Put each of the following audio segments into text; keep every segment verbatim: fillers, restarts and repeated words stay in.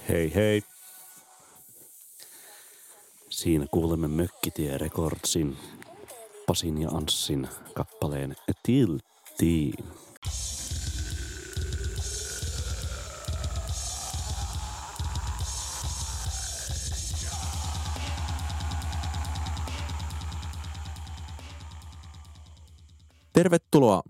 Hei hei. Siinä kuulemme Mökkitie Recordsin Pasin ja Anssin kappaleen Tiltiin. Tervetuloa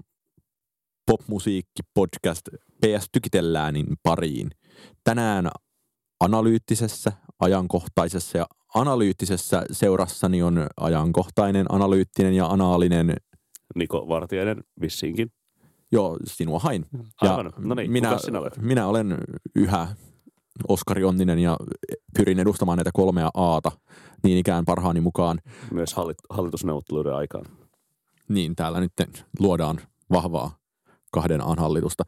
popmusiikki-podcast P S Tykitelläänin pariin. Tänään analyyttisessä, ajankohtaisessa ja analyyttisessä seurassani on ajankohtainen, analyyttinen ja anaalinen Niko Vartiainen vissiinkin. Joo, sinua hain. Aivan. No niin, minä, kuka sinä olet? Minä olen yhä Oskari Onninen ja pyrin edustamaan näitä kolmea aata niin ikään parhaani mukaan. Myös hallit, hallitusneuvotteluiden aikaan. Niin, täällä nyt luodaan vahvaa kahden aan hallitusta.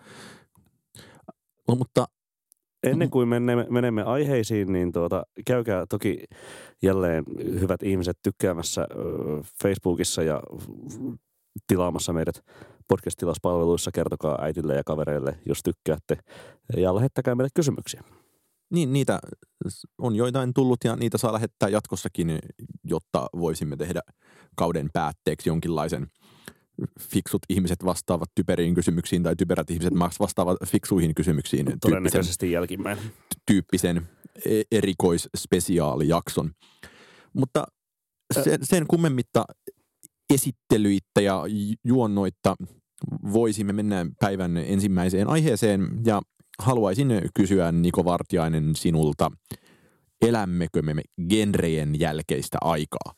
No, mutta ennen kuin menemme, menemme aiheisiin, niin tuota, käykää toki jälleen hyvät ihmiset tykkäämässä ö, Facebookissa ja tilaamassa meidät podcast-tilauspalveluissa. Kertokaa äitille ja kavereille, jos tykkäätte. Ja lähettäkää meille kysymyksiä. Niin, niitä on joitain tullut ja niitä saa lähettää jatkossakin, jotta voisimme tehdä kauden päätteeksi jonkinlaisen fiksut ihmiset vastaavat typeriin kysymyksiin tai typerät ihmiset vastaavat fiksuihin kysymyksiin. Todennäköisesti jälkimmäinen. Tyyppisen erikoisspesiaalijakson. Mutta sen, sen kummemmitta esittelyitä ja juonnoitta voisimme mennä päivän ensimmäiseen aiheeseen ja haluaisin kysyä, Niko Vartiainen, sinulta, elämmekö me genrejen jälkeistä aikaa?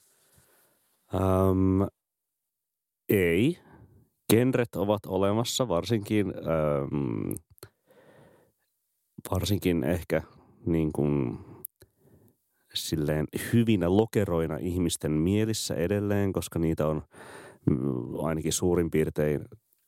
Um, ei. Genret ovat olemassa, varsinkin, um, varsinkin ehkä niin kuin silleen hyvinä lokeroina ihmisten mielissä edelleen, koska niitä on ainakin suurin piirtein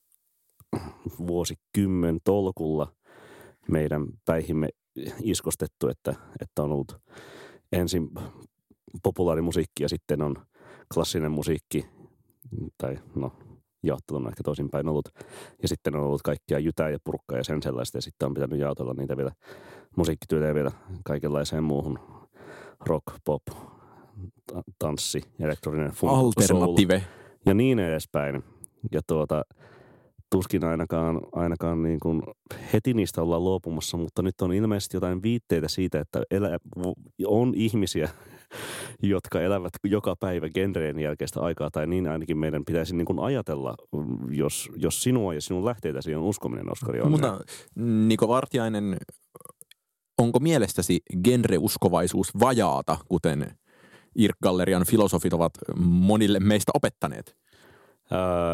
vuosikymmen tolkulla meidän päihimme iskostettu, että, että on ollut ensin populaarimusiikki ja sitten on klassinen musiikki, tai no jaotteluna ehkä toisinpäin ollut, ja sitten on ollut kaikkia jytää ja purkkaa ja sen sellaista, ja sitten on pitänyt jaotella niitä vielä musiikkityötä vielä kaikenlaiseen muuhun, rock, pop, tanssi, elektroninen, funk, alternative soul, ja niin edespäin. Ja tuota, tuskin ainakaan, ainakaan niin kuin heti niistä ollaan luopumassa, mutta nyt on ilmeisesti jotain viitteitä siitä, että elä, on ihmisiä, jotka elävät joka päivä genreen jälkeistä aikaa, tai niin ainakin meidän pitäisi niin kuin ajatella, jos, jos sinua ja sinun lähteitäsi on uskominen, Oskari on. Mutta Niko Vartiainen, onko mielestäsi genreuskovaisuus vajaata, kuten Irk-gallerian filosofit ovat monille meistä opettaneet? Öö,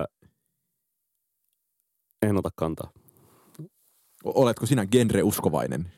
en ota kantaa. Oletko sinä genreuskovainen?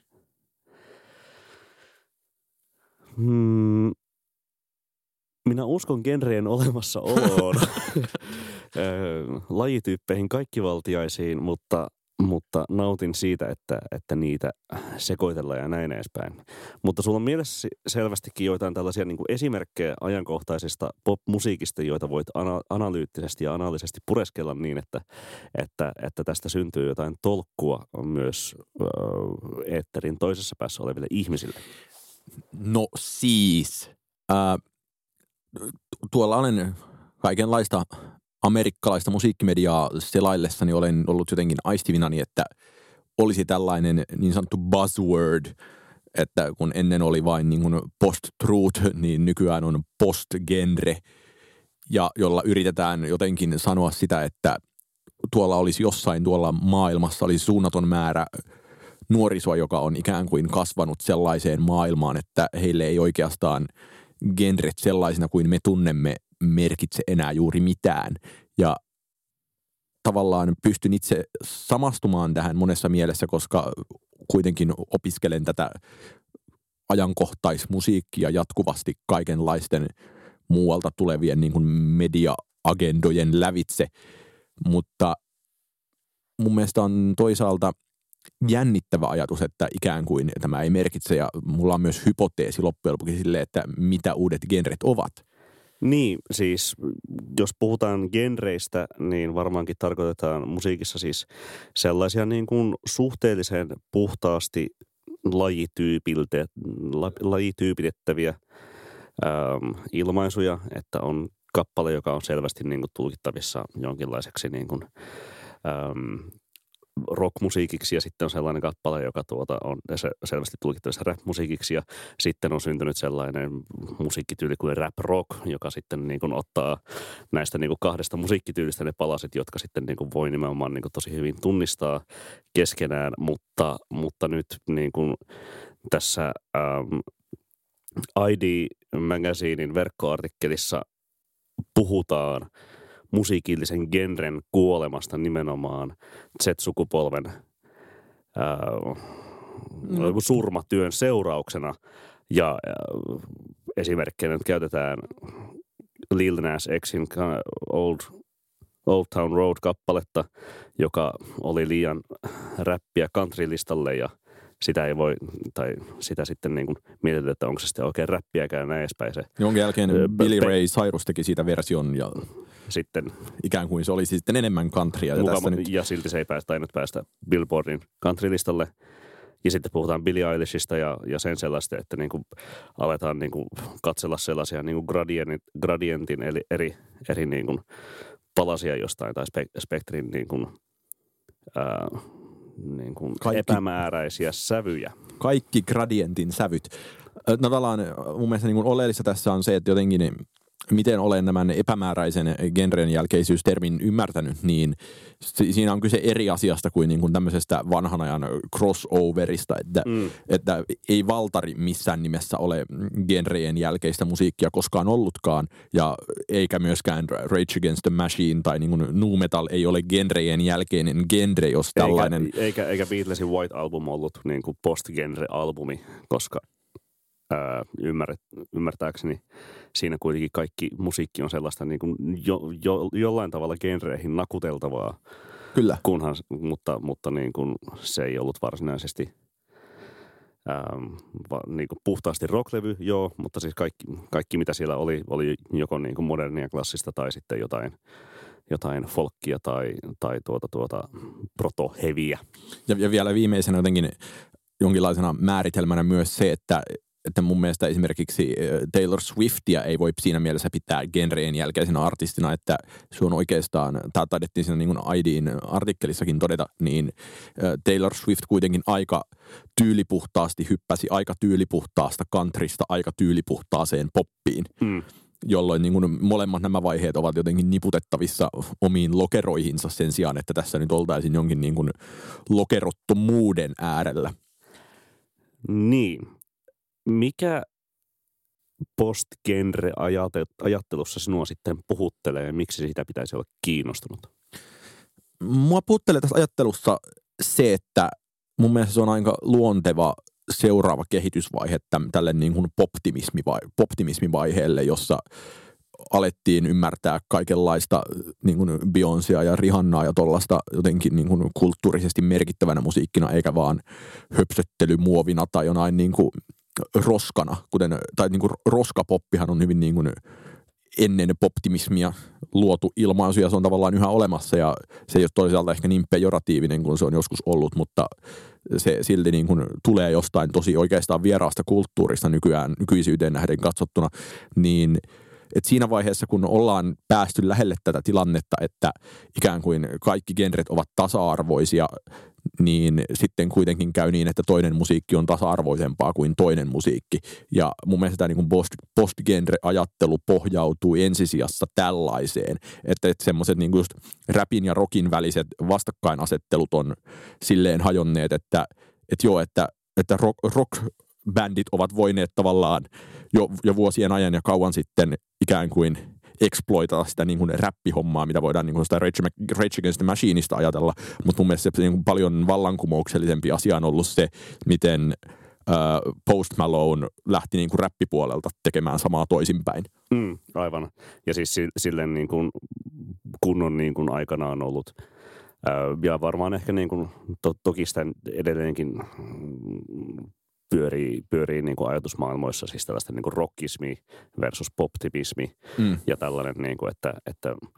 Hmm, minä uskon genreen olemassaoloon, lajityyppeihin, kaikkivaltiaisiin, mutta, mutta nautin siitä, että, että niitä sekoitellaan ja näin edespäin. Mutta sulla on mielessä selvästikin joitain tällaisia niin kuin esimerkkejä ajankohtaisesta pop-musiikista, joita voit ana- analyyttisesti ja analyyttisesti pureskella niin, että, että, että tästä syntyy jotain tolkkua myös äh, eetterin toisessa päässä oleville ihmisille. No siis, ää, tuolla olen kaikenlaista amerikkalaista musiikkimediaa selaillessani olen ollut jotenkin aistivinani, että olisi tällainen niin sanottu buzzword, että kun ennen oli vain niin kuin post-truth, niin nykyään on post-genre, ja jolla yritetään jotenkin sanoa sitä, että tuolla olisi jossain tuolla maailmassa olisi suunnaton määrä nuorisoa, joka on ikään kuin kasvanut sellaiseen maailmaan, että heille ei oikeastaan genret sellaisina kuin me tunnemme merkitse enää juuri mitään. Ja tavallaan pystyn itse samastumaan tähän monessa mielessä, koska kuitenkin opiskelen tätä ajankohtaismusiikkia jatkuvasti kaikenlaisten muualta tulevien niin kuin media-agendojen lävitse. Mutta mun mielestä on toisaalta jännittävä ajatus, että ikään kuin tämä ei merkitse, ja mulla on myös hypoteesi loppujen lopuksi silleen, että mitä uudet genret ovat. Niin, siis jos puhutaan genreistä, niin varmaankin tarkoitetaan musiikissa siis sellaisia niin kuin suhteellisen puhtaasti lajityypiltä, la, lajityypitettäviä ähm, ilmaisuja, että on kappale, joka on selvästi niin kuin tulkittavissa jonkinlaiseksi niin kuin, ähm, rockmusiikiksi ja sitten on sellainen kappale, joka tuota on selvästi tulkittavissa rap-musiikiksi ja sitten on syntynyt sellainen musiikkityyli kuin rap-rock, joka sitten niin kuin ottaa näistä niin kuin kahdesta musiikkityylistä ne palaset, jotka sitten niin kuin voi nimenomaan niin kuin tosi hyvin tunnistaa keskenään, mutta, mutta nyt niin kuin tässä ähm, I D-magazinin verkkoartikkelissa puhutaan musiikillisen genren kuolemasta nimenomaan Z-sukupolven ää, no. surmatyön seurauksena. Ja ää, esimerkkinä nyt käytetään Lil Nas Xin Old, Old Town Road-kappaletta, joka oli liian räppiä country-listalle ja sitä ei voi, tai sitä sitten niin kuin mietitään, että onko se sitten oikein räppiäkään näin edespäin se. Jonkin jälkeen Billy Ray Cyrus teki siitä version ja sitten ikään kuin se olisi sitten enemmän countrya. Ja, mukava, nyt... ja silti se ei päästä, tainnut päästä Billboardin country-listalle. Ja sitten puhutaan Billie Eilishista ja, ja sen sellaista, että niin kuin aletaan niin kuin katsella sellaisia niin kuin gradientin, gradientin eli eri, eri niin kuin palasia jostain tai spe, spektrin niin kuin, ää, niin kuin kaikki, epämääräisiä sävyjä. Kaikki gradientin sävyt. No tavallaan mun mielestä niin kuin oleellista tässä on se, että jotenkin miten olen tämän epämääräisen genren jälkeisyystermin ymmärtänyt, niin siinä on kyse eri asiasta kuin, niin kuin tämmöisestä vanhan ajan crossoverista, että, mm. että ei valtari missään nimessä ole genreen jälkeistä musiikkia koskaan ollutkaan, ja eikä myöskään Rage Against the Machine tai niin kuin nu metal ei ole genreen jälkeinen genre, jos tällainen... Eikä, eikä, eikä Beatlesin White Album ollut niin kuin post-genre-albumi, koska ää, ymmärrät, ymmärtääkseni siinä kuitenkin kaikki musiikki on sellaista niin kuin jo, jo, jollain tavalla genreihin nakuteltavaa. Kyllä. Kunhan, mutta, mutta niin kuin se ei ollut varsinaisesti ähm, va, niin kuin puhtaasti rocklevy, joo, mutta siis kaikki, kaikki mitä siellä oli, oli joko niin kuin modernia, klassista tai sitten jotain, jotain folkkia tai, tai tuota, tuota proto-heviä. Ja, ja vielä viimeisenä jotenkin jonkinlaisena määritelmänä myös se, että että mun mielestä esimerkiksi Taylor Swiftia ei voi siinä mielessä pitää genreen jälkeisenä artistina, että se on oikeastaan, tämä taidettiin siinä niin kuin I D:n artikkelissakin todeta, niin Taylor Swift kuitenkin aika tyylipuhtaasti hyppäsi aika tyylipuhtaasta countrysta aika tyylipuhtaaseen poppiin. Mm. Jolloin niin kuin molemmat nämä vaiheet ovat jotenkin niputettavissa omiin lokeroihinsa sen sijaan, että tässä nyt oltaisiin jonkin niin kuin lokerottomuuden äärellä. Niin. Mikä post-genre-ajattelussa sinua sitten puhuttelee ja miksi siitä pitäisi olla kiinnostunut? Mua puhuttelee tässä ajattelussa se, että mun mielestä se on aika luonteva seuraava kehitysvaihe tälle niin kuin poptimismivaiheelle, jossa alettiin ymmärtää kaikenlaista niin kuin Beyoncéa ja Rihannaa ja tollaista jotenkin niin kuin kulttuurisesti merkittävänä musiikkina, eikä vaan höpsöttelymuovina tai jonain niin kuin roskana, kuten, tai niin kuin roskapoppihan on hyvin niin kuin ennen poptimismia luotu ilmaisu ja se on tavallaan yhä olemassa ja se ei ole toisaalta ehkä niin pejoratiivinen kuin se on joskus ollut, mutta se silti niin kuin tulee jostain tosi oikeastaan vieraasta kulttuurista nykyään, nykyisyyteen nähden katsottuna, niin että siinä vaiheessa, kun ollaan päästy lähelle tätä tilannetta, että ikään kuin kaikki genret ovat tasa-arvoisia, niin sitten kuitenkin käy niin, että toinen musiikki on tasa-arvoisempaa kuin toinen musiikki. Ja mun mielestä tämä niin post, post-genre-ajattelu pohjautuu ensisijassa tällaiseen, että, että semmoiset niin just rapin ja rockin väliset vastakkainasettelut on silleen hajonneet, että, että joo, että, että rock, rock bändit ovat voineet tavallaan jo, jo vuosien ajan ja kauan sitten ikään kuin exploitata sitä niin kuin räppihommaa, mitä voidaan niin kuin sitä Rage, Rage Against the Machineista ajatella, mutta mun mielestä se niin kuin paljon vallankumouksellisempi asia on ollut se, miten äh, Post Malone lähti niin kuin räppipuolelta tekemään samaa toisinpäin. Mm, aivan. Ja siis silleen niin kuin kunnon niin kuin aikana on ollut äh, ja varmaan ehkä niin kuin to, toki sitä edelleenkin pyörii, pyörii niin kuin ajatusmaailmoissa siis tällaista niin kuin rockismi versus poptimismi mm. ja tällainen, niin kuin, että, että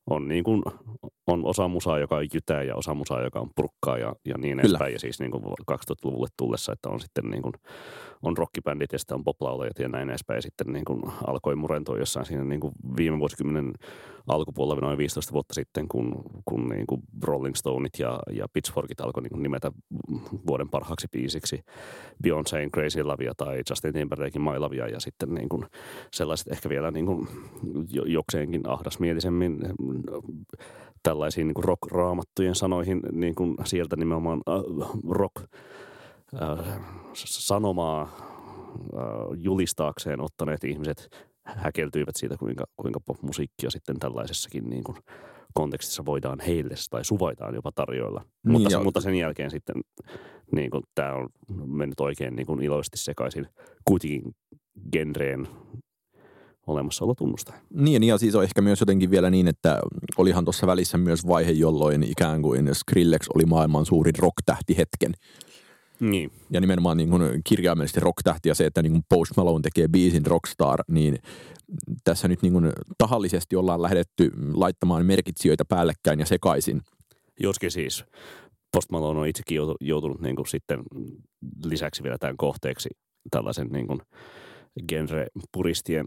on niin kuin, on osa musaa, joka on jytää ja osa musaa, joka on purkkaa ja, ja niin Kyllä. edespäin. Ja siis niin kuin kaksituhattaluvulle tullessa, että on sitten niin kuin, on rockibändit ja sitten on poplaulajat ja näin edespäin. Ja sitten niin kuin alkoi murentua jossain siinä niin kuin viime vuosikymmenen alkupuolella noin viisitoista vuotta sitten, kun, kun niin kuin Rolling Stoneit ja, ja Pitchforkit alkoi niin kuin nimetä vuoden parhaaksi biisiksi Beyoncéin Crazy Lovea tai Justin Timberlakein My Lovea ja sitten niin kuin sellaiset ehkä vielä niin kuin jokseenkin ahdasmielisemmin tällaisiin niin kuin rock-raamattujen sanoihin niin kuin sieltä nimenomaan äh, rock äh, sanomaa äh, julistaakseen ottaneet ihmiset häkeltyivät siitä, kuinka, kuinka popmusiikkia sitten tällaisessakin niin kuin kontekstissa voidaan heille tai suvaitaan jopa tarjoilla. Niin mutta, jo. mutta sen jälkeen sitten niin kuin, tämä on mennyt oikein niin kuin iloisesti sekaisin kuitenkin genreen olemassaolo tunnustaa. Niin, ja siis on ehkä myös jotenkin vielä niin, että olihan tuossa välissä myös vaihe, jolloin ikään kuin Skrillex oli maailman suurin rock-tähti hetken. Niin. Ja nimenomaan niin kuin kirjaimellisesti rock-tähti ja se, että niin kuin Post Malone tekee biisin Rockstar, niin tässä nyt niin kuin tahallisesti ollaan lähdetty laittamaan merkitsijöitä päällekkäin ja sekaisin. Joskin siis Post Malone on itsekin joutunut niin kuin sitten lisäksi vielä tämän kohteeksi tällaisen niin kuin genre-puristien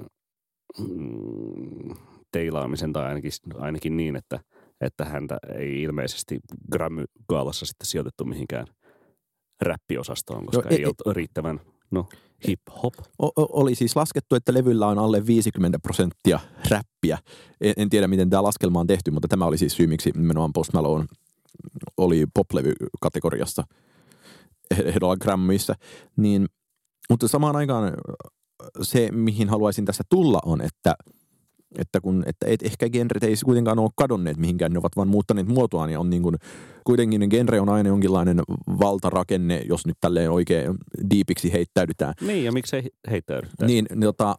mm, teilaamisen tai ainakin, ainakin niin, että, että häntä ei ilmeisesti Grammy-gaalassa sitten sijoitettu mihinkään räppiosastoon, koska no, ei, ei ole riittävän no, hip-hop. O- oli siis laskettu, että levyllä on alle viisikymmentä prosenttia räppiä. En, en tiedä, miten tämä laskelma on tehty, mutta tämä oli siis syy, miksi nimenomaan Post Malone oli pop-levy-kategoriassa ehdolla Grammyissa. Niin, mutta samaan aikaan se, mihin haluaisin tässä tulla, on, että Että, kun, että et, ehkä genret ei kuitenkaan ole kadonneet mihinkään, ne ovat vaan muuttaneet muotoaan ja on niin kuin, kuitenkin genre on aina jonkinlainen valtarakenne, jos nyt tälleen oikein diipiksi heittäydytään. Niin, ja miksei heittäydytään? Niin, tota,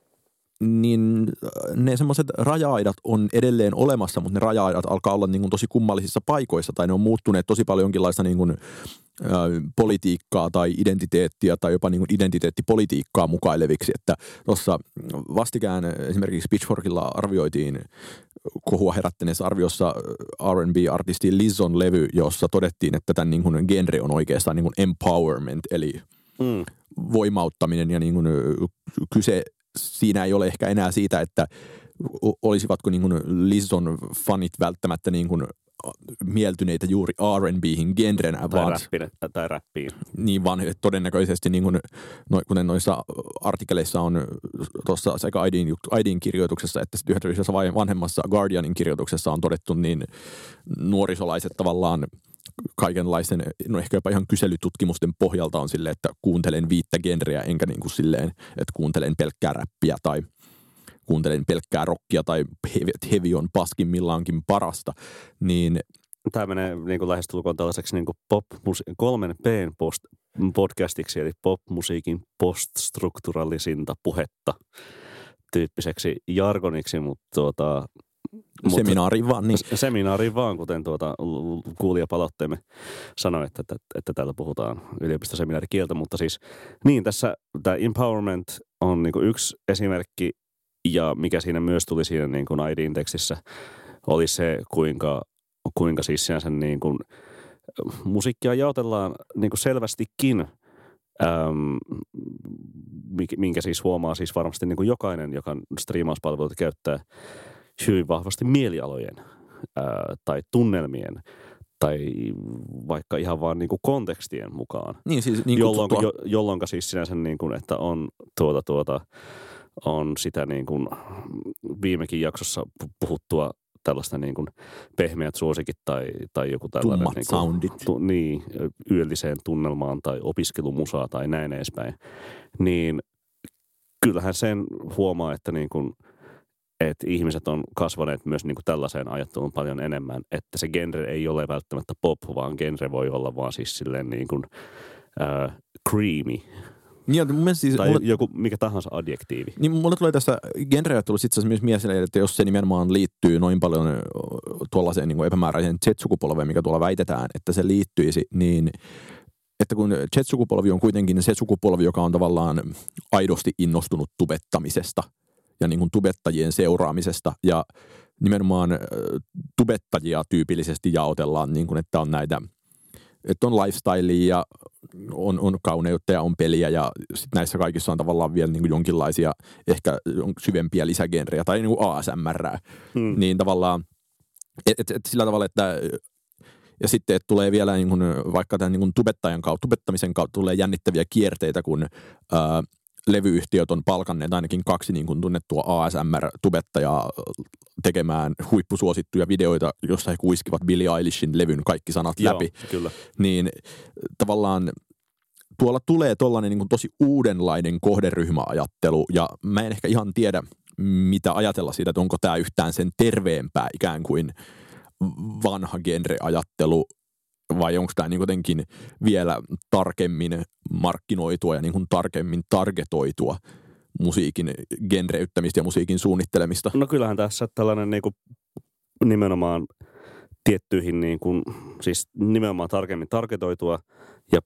niin ne semmoiset raja-aidat on edelleen olemassa, mutta ne raja-aidat alkaa olla niin kuin tosi kummallisissa paikoissa tai ne on muuttuneet tosi paljon jonkinlaista niin kuin, ä, politiikkaa tai identiteettiä tai jopa niin kuin identiteettipolitiikkaa mukaileviksi. Että tuossa vastikään esimerkiksi Pitchforkilla arvioitiin kohua herättäneessä arviossa R and B-artisti Lizzon levy, jossa todettiin, että tämän niin kuin genre on oikeastaan niin kuin empowerment, eli mm. voimauttaminen ja niin kuin kyse siinä ei ole ehkä enää siitä, että olisivatko niin kuin Lizzon fanit välttämättä niin kuin mieltyneitä juuri R and B:hin genrenä. Tai, vaan, räppine, tai räppiin. Niin vaan todennäköisesti, niin kuin, no, kuten noissa artikkeleissa on tuossa sekä Aidin, Aidin kirjoituksessa että sitten yhdessä vanhemmassa Guardianin kirjoituksessa on todettu, niin nuorisolaiset tavallaan kaikenlaisten, no ehkä jopa ihan kyselytutkimusten pohjalta on silleen, että kuuntelen viittä genreä, enkä niin kuin silleen, että kuuntelen pelkkää räppiä tai kuuntelen pelkkää rockia tai heavy on paskimmillaankin parasta, niin tämä menee niin kuin lähestulkoon tällaiseksi niin kuin pop-musi- kolmen P:n post, podcastiksi, eli popmusiikin poststrukturalisinta puhetta tyyppiseksi jargoniksi, mutta tuota seminaariin vaan, niin. Seminaariin vaan, kuten tuota kuulijapalautteemme sanoi, että, että, että täällä puhutaan yliopistoseminaarikieltä, mutta siis niin, tässä tämä empowerment on niin kuin yksi esimerkki, ja mikä siinä myös tuli siinä niin kuin Aidin tekstissä, oli se, kuinka, kuinka siis sinänsä niin kuin musiikkia jaotellaan niin kuin selvästikin, äm, minkä siis huomaa siis varmasti niin kuin jokainen, joka striimauspalveluita käyttää, hyvin vahvasti mielialojen ää, tai tunnelmien tai vaikka ihan vaan niin kuin kontekstien mukaan. Niin siis niin jolloin, jo, jolloinka siis sinänsä niin kuin, että on tuota tuota on sitä niin kuin viimekin jaksossa puhuttua tällaista niin kuin pehmeät suosikit tai, tai joku tällainen tummat niin kuin, soundit. Tu, niin, yölliseen tunnelmaan tai opiskelumusaa tai näin edespäin. Niin kyllähän sen huomaa, että niin kuin että ihmiset on kasvaneet myös niin kuin tällaiseen ajatteluun paljon enemmän, että se genre ei ole välttämättä pop, vaan genre voi olla vaan siis silleen niin kuin äh, creamy. Ja, siis, tai mulle, joku mikä tahansa adjektiivi. Niin mulle tulee tässä genre-ajattelussa itse asiassa myös mieleen, että jos se nimenomaan liittyy noin paljon tuollaiseen niin kuin epämääräiseen Z-sukupolveen, mikä tuolla väitetään, että se liittyisi, niin että kun Z-sukupolvi on kuitenkin se sukupolvi, joka on tavallaan aidosti innostunut tubettamisesta ja niin kuin tubettajien seuraamisesta ja nimenomaan tubettajia tyypillisesti jaotellaan, niin kuin, että on näitä, että on lifestylea ja on, on kauneutta ja on peliä ja sit näissä kaikissa on tavallaan vielä niin kuin jonkinlaisia ehkä syvempiä lisägenrejä tai niin kuin A S M R, hmm. niin tavallaan, että et, et sillä tavalla, että ja sitten, että tulee vielä niin kuin, vaikka tämän niin kuin tubettajan kautta, tubettamisen kautta tulee jännittäviä kierteitä, kun ää, levyyhtiöt on palkanneet ainakin kaksi niin kuin tunnettua A S M R-tubettajaa tekemään huippusuosittuja videoita, jossa he kuiskivat Billie Eilishin levyn kaikki sanat Joo, läpi. Kyllä. Niin tavallaan tuolla tulee tollainen niin kuin tosi uudenlainen kohderyhmäajattelu, ja mä en ehkä ihan tiedä, mitä ajatella siitä, että onko tämä yhtään sen terveempää ikään kuin vanha genre-ajattelu, vai onko tämä niin jotenkin vielä tarkemmin markkinoitua ja niin kuin tarkemmin targetoitua musiikin genreyttämistä ja musiikin suunnittelemista? No kyllähän tässä tällainen niin kuin nimenomaan tiettyihin, niin kuin, siis nimenomaan tarkemmin targetoitua ja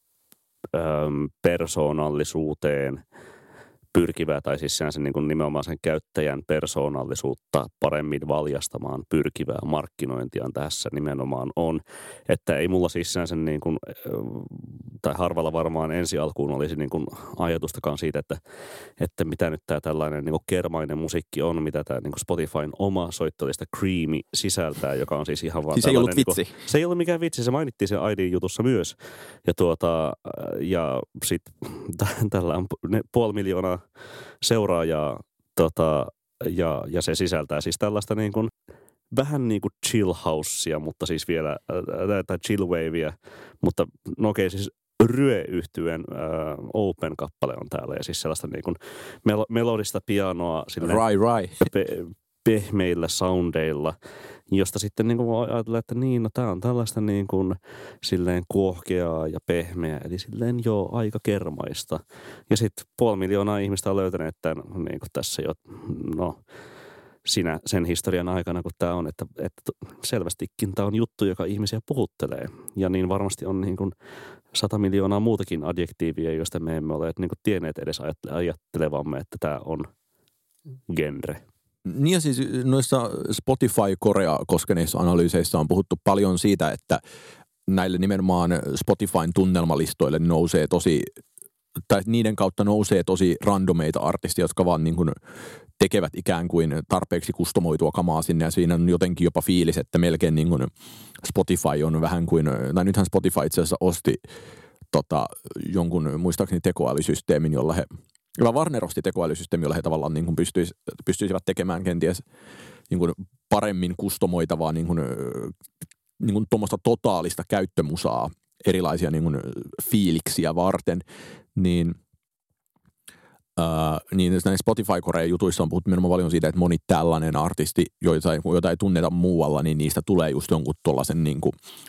äm, persoonallisuuteen pyrkivää, tai siis sen niin kuin nimenomaan sen käyttäjän persoonallisuutta paremmin valjastamaan pyrkivää markkinointia tässä nimenomaan on. Että ei mulla siis sen niin kuin, tai harvalla varmaan ensi alkuun olisi niin kuin ajatustakaan siitä, että, että mitä nyt tämä tällainen niin kuin kermainen musiikki on, mitä tämä niin kuin Spotifyn oma soittolista Creamy sisältää, joka on siis ihan vaan siis ei ollut vitsi. Niin kuin, se ei ollut mikään vitsi, se mainittiin sen I D-jutussa myös. Ja, tuota, ja sitten tällä on ne puoli miljoonaa seuraajaa tota, ja, ja se sisältää siis tällaista niin kuin, vähän niin kuin chill housea, mutta siis vielä, äh, tai chill wavea, mutta no okei, siis Rye-yhtyeen äh, Open-kappale on täällä ja siis sellaista niin kuin mel- melodista pianoa silleen, Rai, rai. Pe- pehmeillä soundeilla, josta sitten niin kuin voi ajatella, että niin, no tää on tällaista niin kuin silleen kuohkeaa ja pehmeää, eli silleen jo aika kermaista. Ja sitten puoli miljoonaa ihmistä on löytäneet tämän niin kuin tässä jo, no siinä sen historian aikana, kun tämä on, että, että selvästikin tämä on juttu, joka ihmisiä puhuttelee. Ja niin varmasti on niin kuin sata miljoonaa muutakin adjektiivia, joista me emme ole niin kuin tienneet edes ajattelevamme, että tämä on genre. Niin ja siis noissa Spotify-Korea koskeneissa analyyseissa on puhuttu paljon siitä, että näille nimenomaan Spotifyn tunnelmalistoille nousee tosi, tai niiden kautta nousee tosi randomeita artisteja, jotka vaan niin kuin tekevät ikään kuin tarpeeksi kustomoitua kamaa sinne ja siinä on jotenkin jopa fiilis, että melkein niin kuin Spotify on vähän kuin, tai nythän Spotify itse asiassa osti tota, jonkun muistaakseni tekoälysysteemin, jolla he Hyvä Warner osti tekoälysysteemi, jolla he tavallaan niin kuin pystyis, pystyisivät tekemään kenties niin kuin paremmin kustomoitavaa niin kuin, niin kuin tuommoista totaalista käyttömusaa erilaisia niin kuin fiiliksiä varten, niin, ää, niin näin Spotify-Korean jutuissa on puhuttu nimenomaan paljon siitä, että moni tällainen artisti, joita ei, joita ei tunneta muualla, niin niistä tulee just jonkun tuollaisen niin kuin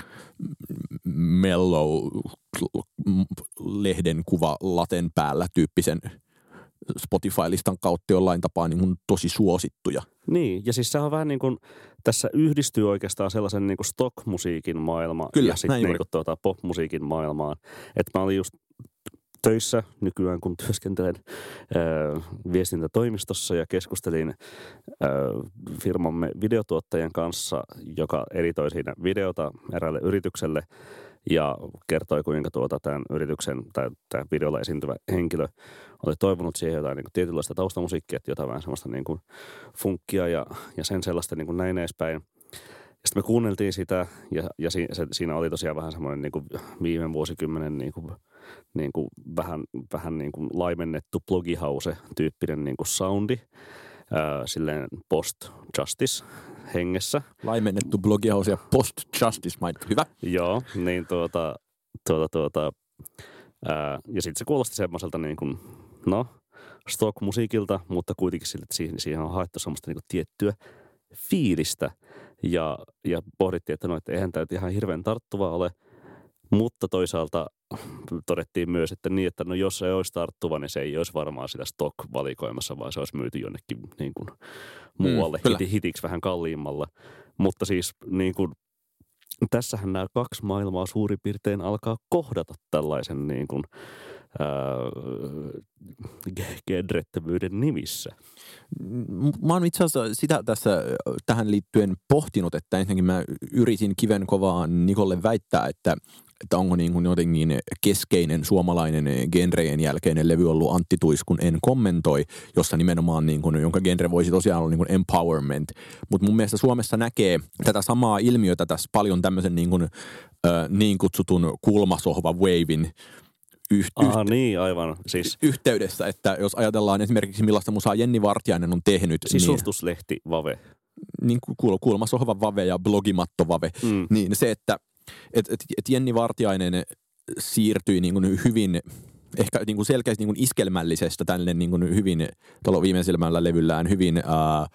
mellow lehden kuva laten päällä tyyppisen Spotify-listan kautta jollain tapaa niin kuin tosi suosittuja. Niin, ja siis se on vähän niin kuin, tässä yhdistyy oikeastaan sellaisen niin kuin stock-musiikin maailma Kyllä, ja sitten niin kuin tuota pop-musiikin maailmaan. Että mä olin just töissä nykyään, kun työskentelen ö, viestintätoimistossa ja keskustelin ö, firmamme videotuottajan kanssa, joka editoi siinä videota eräälle yritykselle ja kertoi, kuinka tuota tämän yrityksen tai tämä videolla esiintyvä henkilö oli toivonut siihen jotain niin kuin tietynlaista taustamusiikkia, että jotain vähän semmoista niin kuin funkkia ja, ja sen sellaista niin kuin näin edespäin. Ja sitten me kuunneltiin sitä ja, ja si, se, siinä oli tosiaan vähän semmoinen niin kuin viime vuosikymmenen niin kuin, niin kuin vähän, vähän niin kuin laimennettu blogihouse-tyyppinen niin kuin soundi, ää, silleen post-justice hengessä. Laimennettu blogihouse ja post-justice, hyvä. Joo, niin tuota, tuota, tuota ää, ja sitten se kuulosti semmoiselta niin kuin, no, stock-musiikilta, mutta kuitenkin sille, että siihen, siihen on haettu semmoista niin kuin tiettyä fiilistä. Ja, ja pohdittiin, että no, että eihän tämä ihan hirveän tarttuva ole, mutta toisaalta todettiin myös, että niin, että no jos se olisi tarttuva, niin se ei olisi varmaan sitä stock-valikoimassa, vaan se olisi myyty jonnekin niin kuin muualle mm, hiti, hitiksi vähän kalliimmalla. Mutta siis niin kuin, tässähän nämä kaksi maailmaa suurin piirtein alkaa kohdata tällaisen niin kuin, genrettömyyden nimissä. Mä oon itse asiassa sitä tässä tähän liittyen pohtinut, että ensinnäkin mä yritin kiven kovaan Nikolle väittää, että, että onko niin kuin jotenkin keskeinen suomalainen genrejen jälkeinen levy ollut Antti Tuiskun En kommentoi, jossa nimenomaan niin kuin, jonka genre voisi tosiaan olla niin kuin empowerment. Mutta mun mielestä Suomessa näkee tätä samaa ilmiötä tässä paljon tämmöisen niin kuin, äh, niin kutsutun kulmasohva wavein Yh, Aha, yht, niin, aivan. Siis, yhteydessä, että jos ajatellaan esimerkiksi millaista musaa Jenni Vartiainen on tehnyt. Sisustuslehti niin, Vave. Niin kulmasohva Vave ja blogimatto Vave. Mm. Niin se, että et, et, et Jenni Vartiainen siirtyi niin kuin hyvin, ehkä niin kuin selkeästi niin kuin iskelmällisestä tänne niin kuin hyvin, tuolla viimeisimmällä levyllään hyvin ää,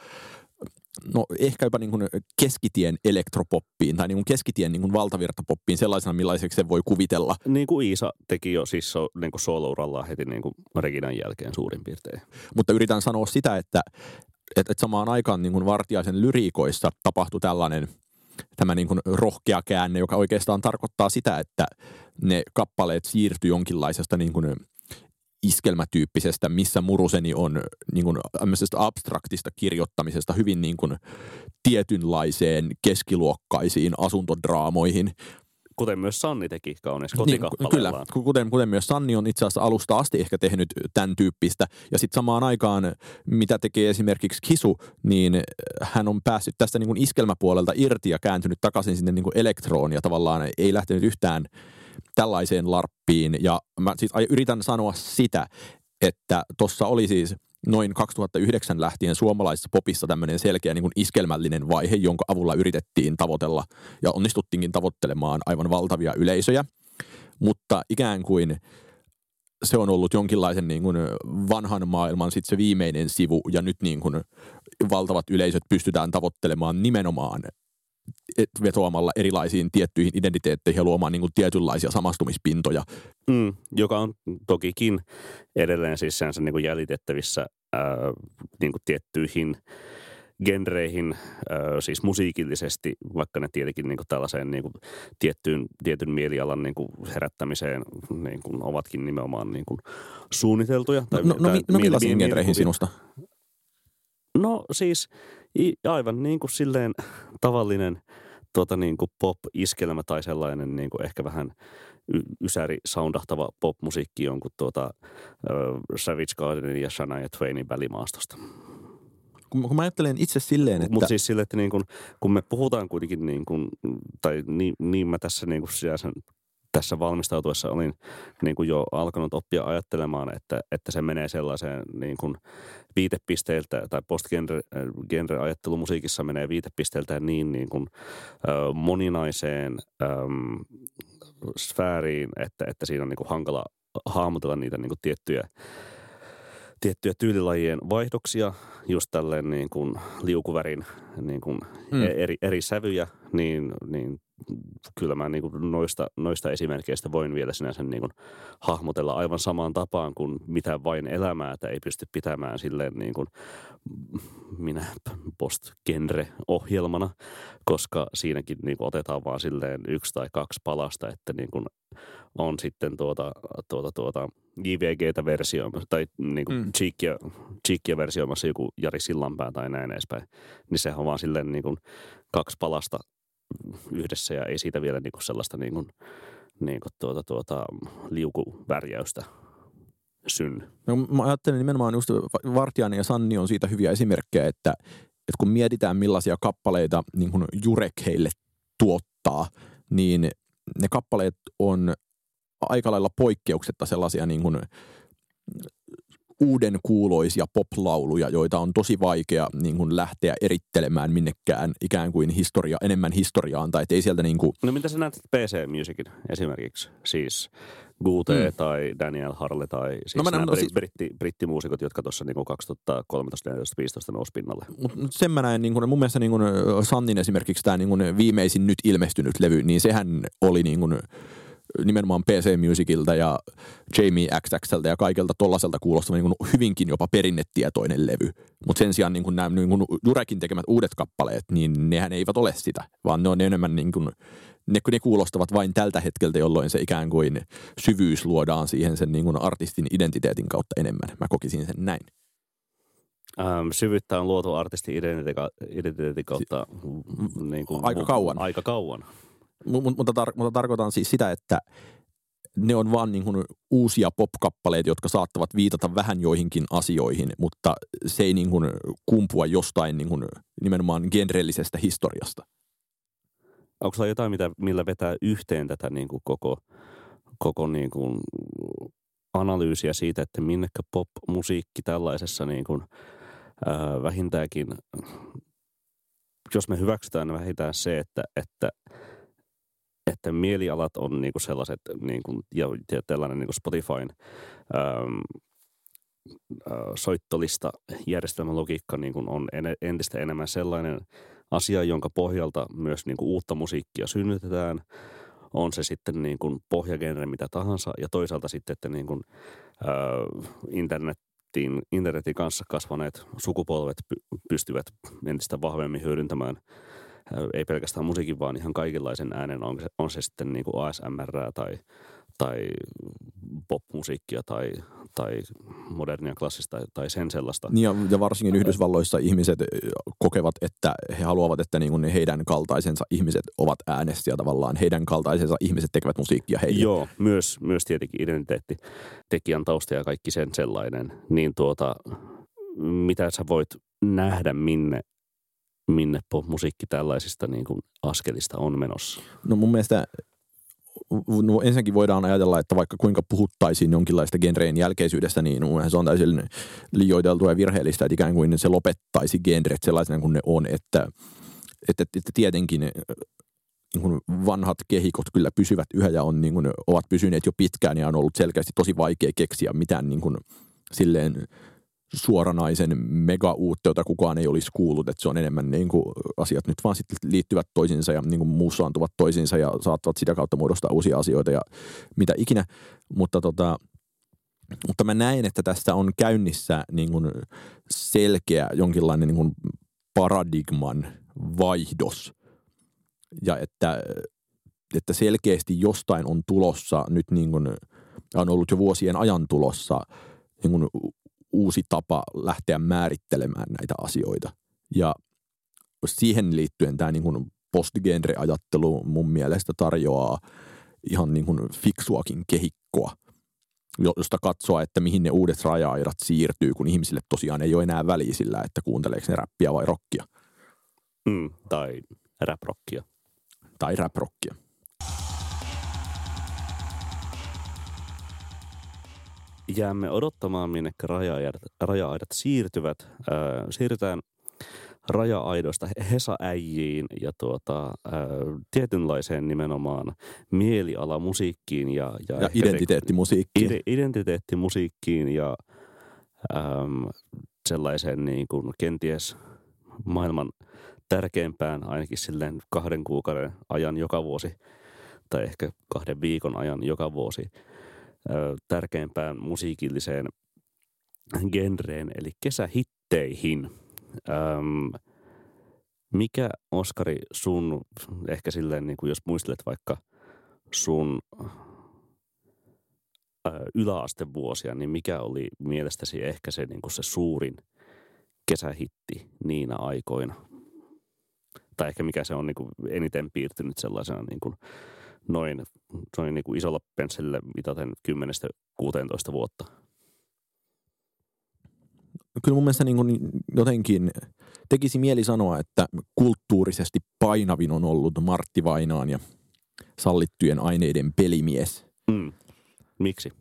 no ehkä jopa niin kuin keskitien elektropoppiin tai niin kuin keskitien niin kuin valtavirtapoppiin sellaisena, millaiseksi se voi kuvitella. Niin kuin Iisa teki jo siis so, niin kuin solo-urallaan heti niin kuin Reginan jälkeen suurin piirtein. Mutta yritän sanoa sitä, että, että, että samaan aikaan niin kuin Vartiaisen lyriikoissa tapahtui tällainen tämä niin kuin rohkea käänne, joka oikeastaan tarkoittaa sitä, että ne kappaleet siirtyi jonkinlaisesta niin kuin iskelmätyyppisestä, missä muruseni on niin kuin abstraktista kirjoittamisesta hyvin niin kuin tietynlaiseen keskiluokkaisiin asuntodraamoihin. Kuten myös Sanni teki kaunis kotikappaleellaan. Niin, kyllä, kuten, kuten myös Sanni on itse asiassa alusta asti ehkä tehnyt tämän tyyppistä. Ja sitten samaan aikaan, mitä tekee esimerkiksi Kisu, niin hän on päässyt tästä niin kuin iskelmäpuolelta irti ja kääntynyt takaisin sinne niin kuin elektroon ja tavallaan ei lähtenyt yhtään tällaiseen larppiin. Ja mä siis yritän sanoa sitä, että tuossa oli siis noin kaksituhattayhdeksän lähtien suomalaisessa popissa tämmöinen selkeä niin kuin iskelmällinen vaihe, jonka avulla yritettiin tavoitella ja onnistuttiinkin tavoittelemaan aivan valtavia yleisöjä. Mutta ikään kuin se on ollut jonkinlaisen niin kuin vanhan maailman sitten se viimeinen sivu ja nyt niin kuin valtavat yleisöt pystytään tavoittelemaan nimenomaan vetoamalla erilaisiin tiettyihin identiteetteihin ja luomaan niin kuin tietynlaisia samastumispintoja. Mm, joka on tokikin edelleen siis sensä niin kuin jäljitettävissä ää, niin kuin tiettyihin genreihin, ää, siis musiikillisesti, vaikka ne tietenkin niin kuin tällaiseen niin kuin tiettyyn, tietyn mielialan niin kuin herättämiseen niin kuin ovatkin nimenomaan niin kuin suunniteltuja. Tai, no, no, tai no millaisiin genreihin sinusta? No siis aivan niin kuin silleen tavallinen tuota niin kuin pop-iskelmä tai sellainen niin kuin ehkä vähän y- ysäri soundahtava pop-musiikki jonkun tuota uh, Savage Gardenin ja Shania Twainin välimaastosta. Kun, kun mä ajattelen itse silleen, että... Mutta siis silleen, että niin kuin, kun me puhutaan kuitenkin niin kuin, tai niin, niin mä tässä niin kuin sisäisen tässä valmistautuessa olin niin kuin jo alkanut oppia ajattelemaan, että, että se menee sellaiseen niin kuin viitepisteiltä tai post-genre-ajattelu musiikissa menee viitepisteiltä niin, niin kuin, ö, moninaiseen ö, sfääriin, että, että siinä on niin kuin hankala hahmotella niitä niin kuin tiettyjä, tiettyjä tyylilajien vaihdoksia, just tälleen niin kuin liukuvärin niin kuin mm. eri, eri sävyjä, niin, niin kyllä mä niin kuin noista, noista esimerkkeistä voin vielä sinänsä niin kuin hahmotella aivan samaan tapaan kuin mitä vain elämää ei pysty pitämään silleen niin kuin minä post-genre-ohjelmana, koska siinäkin niin kuin otetaan vaan silleen yksi tai kaksi palasta, että niin kuin on sitten tuota, tuota, tuota J V G:tä versioimassa tai niin kuin mm. Cheekia, Cheekia versioimassa joku Jari Sillanpää tai näin edespäin, niin sehän on vaan silleen niin kuin kaksi palasta yhdessä ja ei siitä vielä niinku sellaista niinku, niinku tuota, tuota, liukuvärjäystä synny. No, mä ajattelen nimenomaan just Vartiainen ja Sanni on siitä hyviä esimerkkejä, että, että kun mietitään millaisia kappaleita niin kuin Jurek heille tuottaa, niin ne kappaleet on aika lailla poikkeuksetta sellaisia niin kuin uuden kuuloisia poplauluja, joita on tosi vaikea niin kuin lähteä erittelemään minnekään ikään kuin historia, enemmän historiaan. Tai ei sieltä niin kuin... No mitä sä näet P C Musicin esimerkiksi? Siis Gute mm. tai Daniel Harle tai siis no, nämä no, siis... britti, brittimuusikot, jotka tuossa niin kaksituhattakolmetoista, neljätoista, viisitoista nousi pinnalle. Mut sen mä näen, niin kuin, mun mielestä niin kuin Sannin esimerkiksi tämä niin kuin viimeisin nyt ilmestynyt levy, niin sehän oli niin kuin nimenomaan P C Musicilta ja Jamie X X:ltä ja kaikelta tollaiselta kuulostava niin kuin hyvinkin jopa perinnetietoinen levy. Mutta sen sijaan niin kuin nämä niin kuin Jurekin tekemät uudet kappaleet, niin nehän eivät ole sitä, vaan ne on enemmän niin kuin, ne, ne kuulostavat vain tältä hetkeltä, jolloin se ikään kuin syvyys luodaan siihen sen niin kuin artistin identiteetin kautta enemmän. Mä kokisin sen näin. Ähm, syvyyttä on luotu artistin identiteetin kautta si- niin kuin, aika kauan. Aika kauan. M- mutta, tar- mutta tarkoitan siis sitä, että ne on vaan niin kuin uusia pop-kappaleita, jotka saattavat viitata vähän joihinkin asioihin, mutta se ei niin kuin kumpua jostain niin kuin nimenomaan genrellisestä historiasta. Onko sulla jotain, mitä, millä vetää yhteen tätä niin kuin koko, koko niin kuin analyysiä siitä, että minnekä pop-musiikki tällaisessa niin kuin, ää, vähintäänkin, jos me hyväksytään vähintään se, että, että että mielialat on niinku sellaiset niinku, ja tällainen niinku Spotifyn äm, ä, soittolista järjestelmän logiikka niinku on en, entistä enemmän sellainen asia, jonka pohjalta myös niinku uutta musiikkia synnytetään. On se sitten niinku pohjagenre mitä tahansa ja toisaalta sitten, että niinku, ä, internetin, internetin kanssa kasvaneet sukupolvet py, pystyvät entistä vahvemmin hyödyntämään ei pelkästään musiikin, vaan ihan kaikenlaisen äänen, on se, on se sitten niin kuin A S M R tai, tai popmusiikkia tai, tai modernia klassista tai, tai sen sellaista. Niin ja, ja varsinkin Yhdysvalloissa ihmiset kokevat, että he haluavat, että niin kuin heidän kaltaisensa ihmiset ovat äänessä ja tavallaan heidän kaltaisensa ihmiset tekevät musiikkia heille. Joo, myös, myös tietenkin identiteetti, tekijän tausta ja kaikki sen sellainen. Niin tuota, mitä sä voit nähdä, minne minne pop-musiikki tällaisista niin kuin askelista on menossa? No mun mielestä no ensinnäkin voidaan ajatella, että vaikka kuinka puhuttaisiin jonkinlaista genreen jälkeisyydestä, niin se on täysin liioiteltua ja virheellistä, että ikään kuin se lopettaisi genret sellaisena kuin ne on, että, että, että tietenkin niin kuin vanhat kehikot kyllä pysyvät yhä ja on, niin kuin, ovat pysyneet jo pitkään ja on ollut selkeästi tosi vaikea keksiä mitään niin kuin, silleen suoranaisen mega-uutta, jota kukaan ei olisi kuullut, että se on enemmän niin kuin asiat nyt vaan sitten liittyvät toisiinsa ja niin kuin muussaantuvat toisiinsa ja saattavat sitä kautta muodostaa uusia asioita ja mitä ikinä, mutta, tota, mutta mä näen, että tässä on käynnissä niin kuin selkeä jonkinlainen niin kuin paradigman vaihdos ja että, että selkeästi jostain on tulossa nyt niin kuin on ollut jo vuosien ajan tulossa niin kuin uusi tapa lähteä määrittelemään näitä asioita. Ja siihen liittyen tämä niin kuin post-genre-ajattelu mun mielestä tarjoaa ihan niin kuin fiksuakin kehikkoa, josta katsoa, että mihin ne uudet raja-aidat siirtyy, kun ihmisille tosiaan ei ole enää väliä sillä, että kuunteleeko ne räppiä vai rockia. Mm, tai rap-rockia. Tai rap-rockia. Jäämme odottamaan, minne raja-aidat, raja-aidat siirtyvät. Äh, siirrytään raja-aidoista Hesa-äijiin ja tuota, äh, tietynlaiseen nimenomaan mielialamusiikkiin ja, ja, ja identiteettimusiikkiin. Ide, identiteettimusiikkiin ja ähm, sellaiseen niin kuin kenties maailman tärkeimpään ainakin silleen kahden kuukauden ajan joka vuosi tai ehkä kahden viikon ajan joka vuosi tärkeimpään musiikilliseen genreen, eli kesähitteihin. Öm, mikä, Oskari, sun, ehkä silleen, niin kuin jos muistelet vaikka sun ö, yläastevuosia, niin mikä oli mielestäsi ehkä se, niin kuin se suurin kesähitti niinä aikoina? Tai ehkä mikä se on niin kuin eniten piirtynyt sellaisena niin kuin noin, noin niin kuin isolla pensselillä mitaten kymmenestä kuuteentoista vuotta. Kyllä mun mielestä niin kuin jotenkin tekisi mieli sanoa, että kulttuurisesti painavin on ollut Martti Vainaan ja sallittujen aineiden pelimies. Mm. Miksi?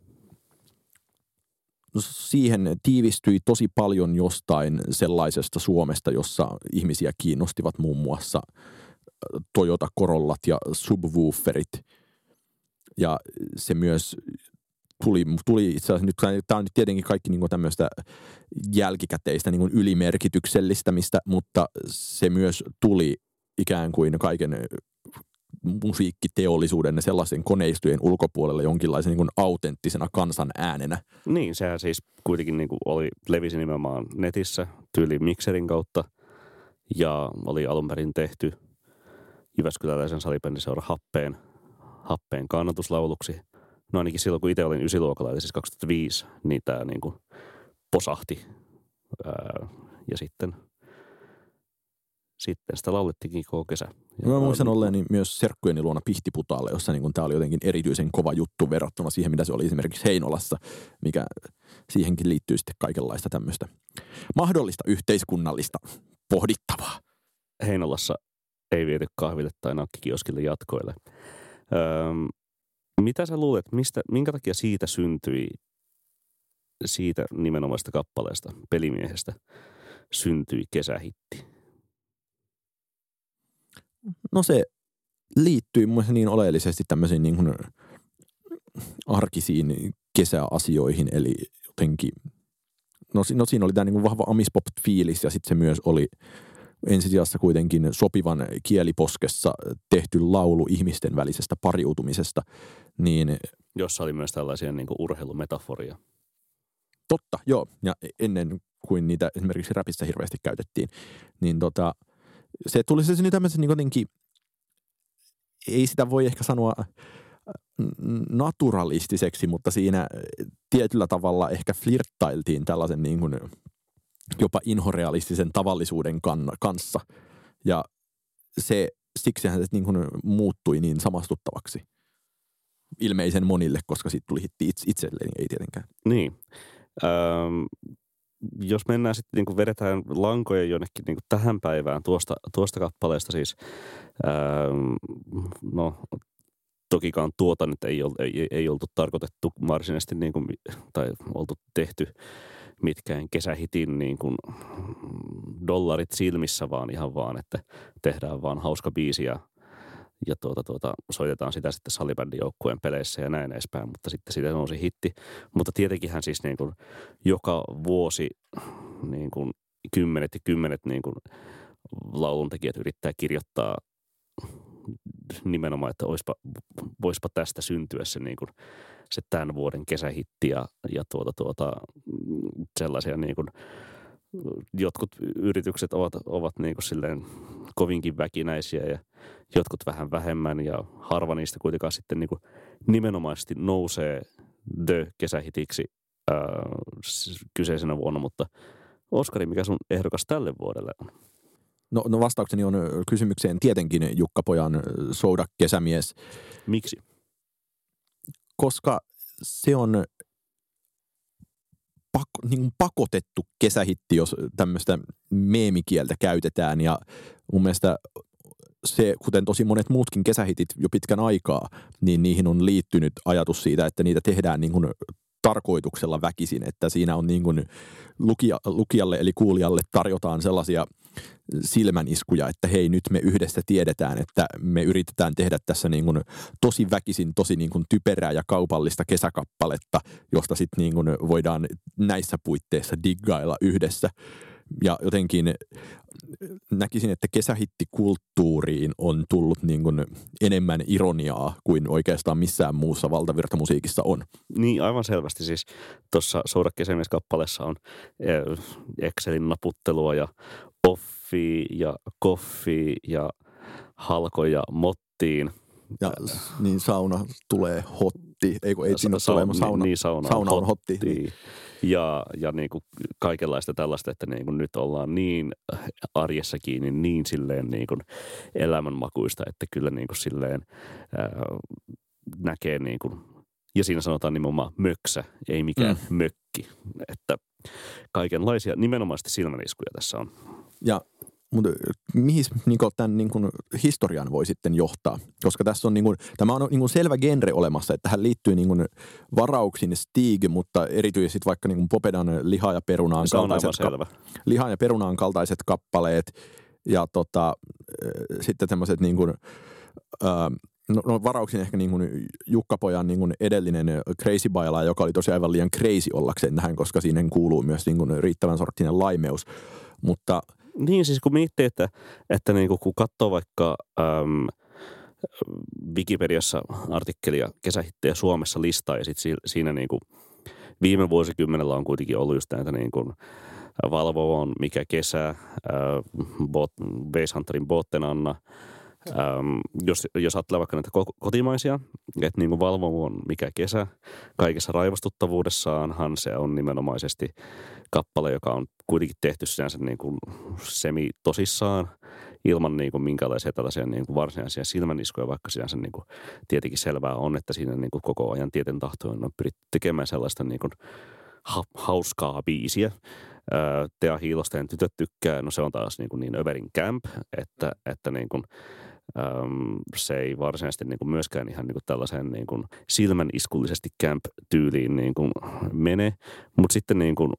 No siihen tiivistyi tosi paljon jostain sellaisesta Suomesta, jossa ihmisiä kiinnostivat muun muassa Toyota Corollat ja subwooferit. Ja se myös tuli, tuli itse asiassa, nyt, tämä on nyt tietenkin kaikki niin kuin tämmöistä jälkikäteistä niin kuin ylimerkityksellistämistä, mutta se myös tuli ikään kuin kaiken musiikkiteollisuuden ja sellaisen koneistujen ulkopuolelle jonkinlaisen niin kuin autenttisena kansan äänenä. Niin, sehän siis kuitenkin niin kuin oli, levisi nimenomaan netissä tyyli mikserin kautta ja oli alun perin tehty jyväskyläläisen salibändiseura Happeen, Happeen kannatuslauluksi. No ainakin silloin, kun itse olin ysiluokalla, eli siis kaksituhattaviisi, niin tämä niin kuin posahti. Ää, ja sitten, sitten sitä laulettikin koko kesä. Ja mä muistan olleeni myös serkkujeni luona Pihtiputaalle, jossa niin tämä oli jotenkin erityisen kova juttu verrattuna siihen, mitä se oli esimerkiksi Heinolassa, mikä siihenkin liittyy sitten kaikenlaista tämmöistä mahdollista yhteiskunnallista pohdittavaa. Heinolassa ei viety kahville tai nakkikioskille jatkoille. Öö, mitä sä luulet, mistä, minkä takia siitä syntyi, siitä nimenomaista kappaleesta, Pelimiehestä, syntyi kesähitti? No se liittyy mun mielestä niin oleellisesti tämmöisiin niin kuin arkisiin kesäasioihin, eli jotenkin, no, no siinä oli tämä niin kuin vahva amispop-fiilis ja sitten se myös oli ensisijassa kuitenkin sopivan kieliposkessa tehty laulu ihmisten välisestä pariutumisesta, niin jossa oli myös tällaisia niin kuin urheilumetaforia. Totta, joo, ja ennen kuin niitä esimerkiksi räpissä hirveästi käytettiin, niin tota, se tuli se nyt tämmöisen niin jotenkin, ei sitä voi ehkä sanoa naturalistiseksi, mutta siinä tietyllä tavalla ehkä flirttailtiin tällaisen niin kuin jopa inhorealistisen tavallisuuden kann- kanssa. Ja se, siksihän se niin kuin muuttui niin samastuttavaksi ilmeisen monille, koska siitä tuli hitti itse- itselleen, ei tietenkään. Niin. Öm, jos mennään sitten, niin kuin vedetään lankoja jonnekin niin kuin tähän päivään tuosta, tuosta kappaleesta siis, öm, no tokikaan tuota nyt ei, ol, ei, ei oltu tarkoitettu varsinaisesti niin kuin, tai oltu tehty mitkään kesähitin niin kuin dollarit silmissä, vaan ihan vaan, että tehdään vaan hauska biisi ja, ja tuota, tuota, soitetaan sitä sitten salibändijoukkueen peleissä ja näin edespäin, mutta sitten siitä nousi hitti. Mutta tietenkinhän siis niin kuin joka vuosi niin kuin kymmenet ja kymmenet niin kuin lauluntekijät yrittää kirjoittaa nimenomaan, että oispa, voispa tästä syntyä se, niin kuin, se tämän vuoden kesähitti ja, ja tuota, tuota, sellaisia niin kuin, jotkut yritykset ovat, ovat niin kuin silleen kovinkin väkinäisiä ja jotkut vähän vähemmän ja harva niistä kuitenkaan sitten niin kuin nimenomaisesti nousee The-kesähitiksi ää, kyseisenä vuonna, mutta Oskari, mikä sun ehdokas tälle vuodelle on? No, no vastaukseni on kysymykseen tietenkin Jukka-pojan Souda-kesämies. Miksi? Koska se on pako, niin kuin pakotettu kesähitti, jos tämmöistä meemikieltä käytetään. Ja mun mielestä se, kuten tosi monet muutkin kesähitit jo pitkän aikaa, niin niihin on liittynyt ajatus siitä, että niitä tehdään niin kuin tarkoituksella väkisin, että siinä on niin kuin lukija, lukijalle eli kuulijalle tarjotaan sellaisia silmäniskuja, että hei, nyt me yhdessä tiedetään, että me yritetään tehdä tässä niin kuin tosi väkisin, tosi niin kuin typerää ja kaupallista kesäkappaletta, josta sitten niin kuin voidaan näissä puitteissa diggailla yhdessä. Ja jotenkin näkisin, että kesähittikulttuuriin on tullut niin kuin enemmän ironiaa kuin oikeastaan missään muussa valtavirtamusiikissa on. Niin, aivan selvästi. Siis tuossa Souda-kesämies-kappaleessa on Excelin naputtelua ja offia ja koffia ja halkoja mottiin. Ja niin sauna tulee hotti. Eikö ei siinä Sa- ole sauna, niin, sauna, sauna on hotti. hotti. Ja, ja niin kuin kaikenlaista tällaista, että niin kuin nyt ollaan niin arjessa kiinni, niin silleen niin kuin elämänmakuista, että kyllä niin kuin silleen ää, näkee niin kuin, ja siinä sanotaan nimenomaan möksä, ei mikään mm. mökki. Että kaikenlaisia nimenomaisesti silmäniskuja tässä on. Ja mutta mihin niin tämän niin kuin, historian voi sitten johtaa? Koska tässä on, niin kuin, tämä on niin kuin selvä genre olemassa, että tähän liittyy niin kuin, varauksin Stig, mutta erityisesti vaikka niin kuin Popedan liha ja perunaan kaltaiset, selvä. Ka- liha ja perunaan kaltaiset kappaleet ja tota, sitten tämmöiset niin kuin, ää, no, no varauksin ehkä niin kuin Jukka-pojan niin kuin edellinen Crazy Baila, joka oli tosiaan aivan liian crazy ollakseen tähän, koska siinä kuuluu myös niin kuin riittävän sorttinen laimeus, mutta niin siis kun miettii, että, että niin kun katsoo vaikka äm, Wikipediassa artikkelia kesähittejä Suomessa listaa ja sitten siinä niin kuin viime vuosikymmenellä on kuitenkin ollut just näitä niin kuin Valvo on Mikä kesä, äh, Bot, Basehunterin Botten Anna, äm, jos, jos ajattelee vaikka näitä kotimaisia, että niin kuin Valvo on mikä kesä, kaikessa raivostuttavuudessaanhan se on nimenomaisesti kappale, joka on kuitenkin tehty sinänsä niin kuin semi-tosissaan, ilman niin kuin minkälaisia tällaisia niin kuin varsinaisia silmäniskoja, vaikka sinänsä niin kuin tietenkin selvää on, että siinä niin kuin koko ajan tieten tahtoon on pyritty tekemään sellaista niin kuin ha- hauskaa biisiä. Tea Hiilosten tytöt tykkää, no se on taas niin, kuin niin överin camp, että, että niin kuin, äm, se ei varsinaisesti niin kuin myöskään ihan niin kuin tällaiseen niin kuin silmäniskullisesti camp-tyyliin niin kuin mene, mutta sitten niin kuin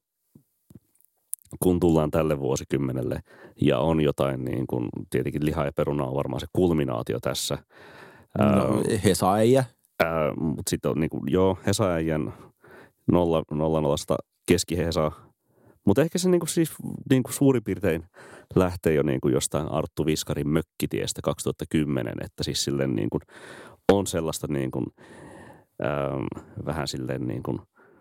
kun tullaan tälle vuosikymmenelle ja on jotain niin kuin, tietenkin Liha ja peruna on varmaan se kulminaatio tässä. No, Hesaäijä. Mutta sitten on niin kuin, joo, Hesaäijän nolla nollasta keski-Hesa. Mutta ehkä se niinku siis niinku suurin piirtein lähtee jo niinku jostain Arttu Viskarin Mökkitiestä kaksituhattakymmenen, että siis silleen niinku on sellaista niinku, ähm, vähän silleen niinku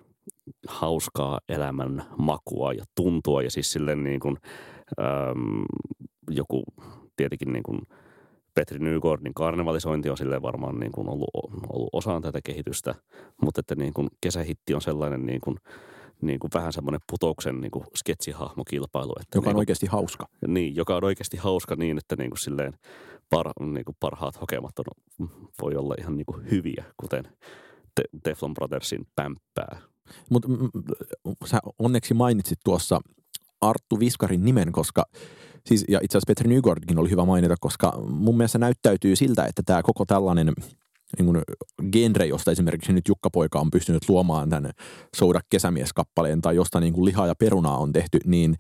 hauskaa elämän makua ja tuntua ja siis silleen niinku, ähm, joku tietenkin niinku Petri Nygårdin karnevalisointi on silleen varmaan niinku ollut, ollut osaan tätä kehitystä, mutta että niinku kesähitti on sellainen niinku niin kuin vähän semmoinen Putoksen niin kuin sketsihahmokilpailu. Että joka on niin kuin, oikeasti hauska. Niin, joka on oikeasti hauska niin, että niin kuin silleen par, niin kuin parhaat hokemat on, voi olla ihan niin kuin hyviä, kuten Te, Teflon Brothersin Pämppää. Mutta sä onneksi mainitsit tuossa Arttu Viskarin nimen, koska siis, ja itse asiassa Petri Nygårdkin oli hyvä mainita, koska mun mielestä näyttäytyy siltä, että tämä koko tällainen niin kuin genre, josta esimerkiksi nyt Jukka-poika on pystynyt luomaan tämän Souda kesämies-kappaleen tai josta niin kuin Lihaa ja perunaa on tehty, niin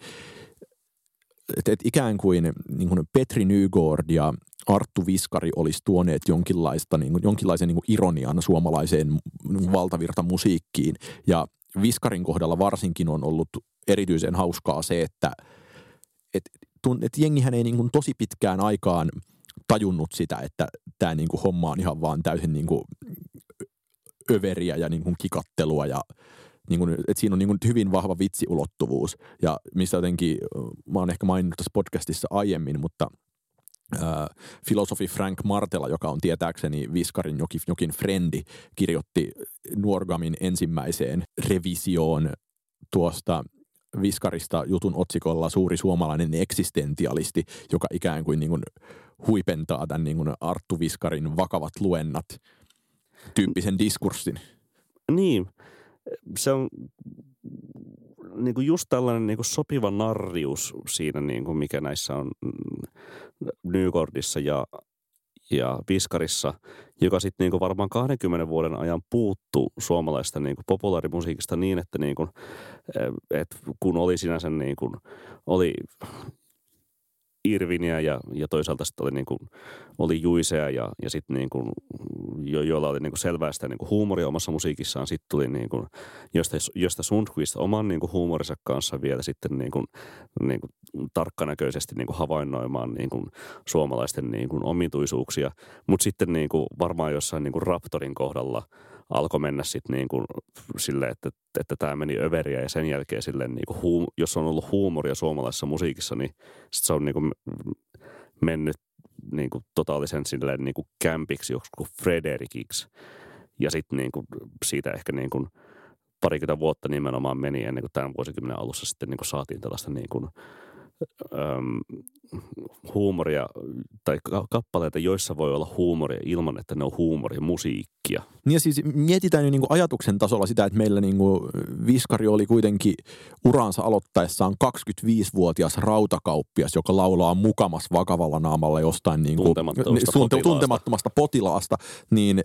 että et ikään kuin, niin kuin Petri Nygård ja Arttu Viskari olisi tuoneet jonkinlaista, niin kuin, jonkinlaisen niin kuin ironian suomalaiseen valtavirtamusiikkiin. Ja Viskarin kohdalla varsinkin on ollut erityisen hauskaa se, että et, et jengihän ei niin kuin tosi pitkään aikaan tajunnut sitä, että tämä niinku homma on ihan vaan täysin niinku överiä ja niinku kikattelua ja niinku, että siinä on niinku hyvin vahva vitsiulottuvuus ja mistä jotenkin, mä oon ehkä maininnut tässä podcastissa aiemmin, mutta ää, filosofi Frank Martela, joka on tietääkseni Viskarin jokin, jokin frendi, kirjoitti Nuorgamin ensimmäiseen revisioon tuosta Viskarista jutun otsikolla Suuri suomalainen eksistentialisti, joka ikään kuin, niin kuin huipentaa tämän niin kuin Arttu Viskarin vakavat luennat tyyppisen diskurssin. Niin, se on niin kuin just tällainen niin kuin sopiva narrius siinä, niin kuin mikä näissä on Nygårdissa ja, ja Viskarissa, joka sitten niin kuin varmaan kahdenkymmenen vuoden ajan puuttuu suomalaista niin kuin populaarimusiikista niin, että niin kuin, et kun oli sinänsä niin kuin, oli Irviniä ja, ja toisaalta sitten oli, niin kuin, oli Juisea ja, ja sitten niin kuin, jo, joilla oli niin kuin selvää sitä niin kuin huumoria omassa musiikissaan. Sitten tuli niin kuin, josta, josta Sundqvist oman niin kuin huumorinsa kanssa vielä sitten niin kuin, niin kuin tarkkanäköisesti niin kuin havainnoimaan niin kuin suomalaisten niin kuin omituisuuksia. Mutta sitten niin kuin varmaan jossain niin kuin Raptorin kohdalla alkoi mennä sitten niin kuin silleen, että, että tämä meni överiä ja sen jälkeen silleen, niin kuin huum, jos on ollut huumoria suomalaisessa musiikissa, niin sit se on niin kuin mennyt niin kuin totaalisen silleen niin kuin kämpiksi, joku Frederikiksi. Ja sitten niin kuin siitä ehkä niin kuin parikymmentä vuotta nimenomaan meni ennen kuin tämän vuosikymmenen alussa sitten niin kuin saatiin tällaista niin kuin Öm, huumoria tai kappaleita, joissa voi olla huumoria ilman, että ne on huumorimusiikkia. Niin ja siis mietitään jo niin kuin ajatuksen tasolla sitä, että meillä niin kuin Viskari oli kuitenkin uransa aloittaessaan kaksikymmentäviisivuotias rautakauppias, joka laulaa mukamas vakavalla naamalla jostain niin kuin tuntemattomasta, tunte- potilaasta. tuntemattomasta potilaasta, niin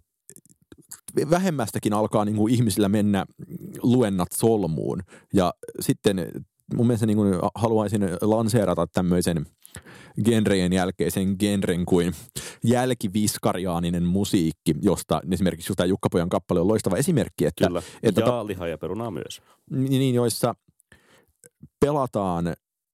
vähemmästäkin alkaa niin kuin ihmisillä mennä luennat solmuun ja sitten mun mielestä niin kuin haluaisin lanseerata tämmöisen genrejen jälkeisen genren kuin jälkiviskariaaninen musiikki, josta esimerkiksi tämä Jukka-pojan kappale on loistava esimerkki. Että, Kyllä, että ja Lihaa ja perunaa myös. Niin, joissa pelataan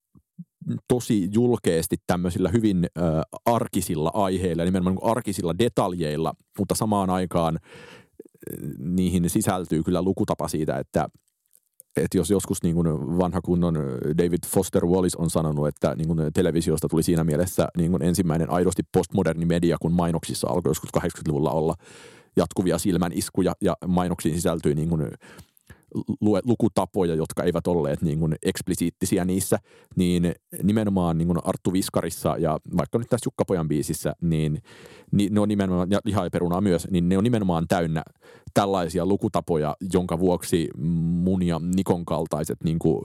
tosi julkeasti tämmöisillä hyvin äh, arkisilla aiheilla, nimenomaan arkisilla detaljeilla, mutta samaan aikaan niihin sisältyy kyllä lukutapa siitä, että että jos joskus niin kuin vanha kunnon David Foster Wallace on sanonut, että niin kuin televisiosta tuli siinä mielessä niin kuin ensimmäinen aidosti postmoderni media, kun mainoksissa alkoi joskus kahdeksankymmentäluvulla olla jatkuvia silmäniskuja ja mainoksiin sisältyi niin kuin lukutapoja, jotka eivät olleet niin kuin eksplisiittisiä niissä, niin nimenomaan niin kuin Arttu Viskarissa ja vaikka nyt tässä Jukka-pojan biisissä, niin, niin ne on nimenomaan, ja Liha ja perunaa myös, niin ne on nimenomaan täynnä tällaisia lukutapoja, jonka vuoksi mun ja Nikon kaltaiset niin kuin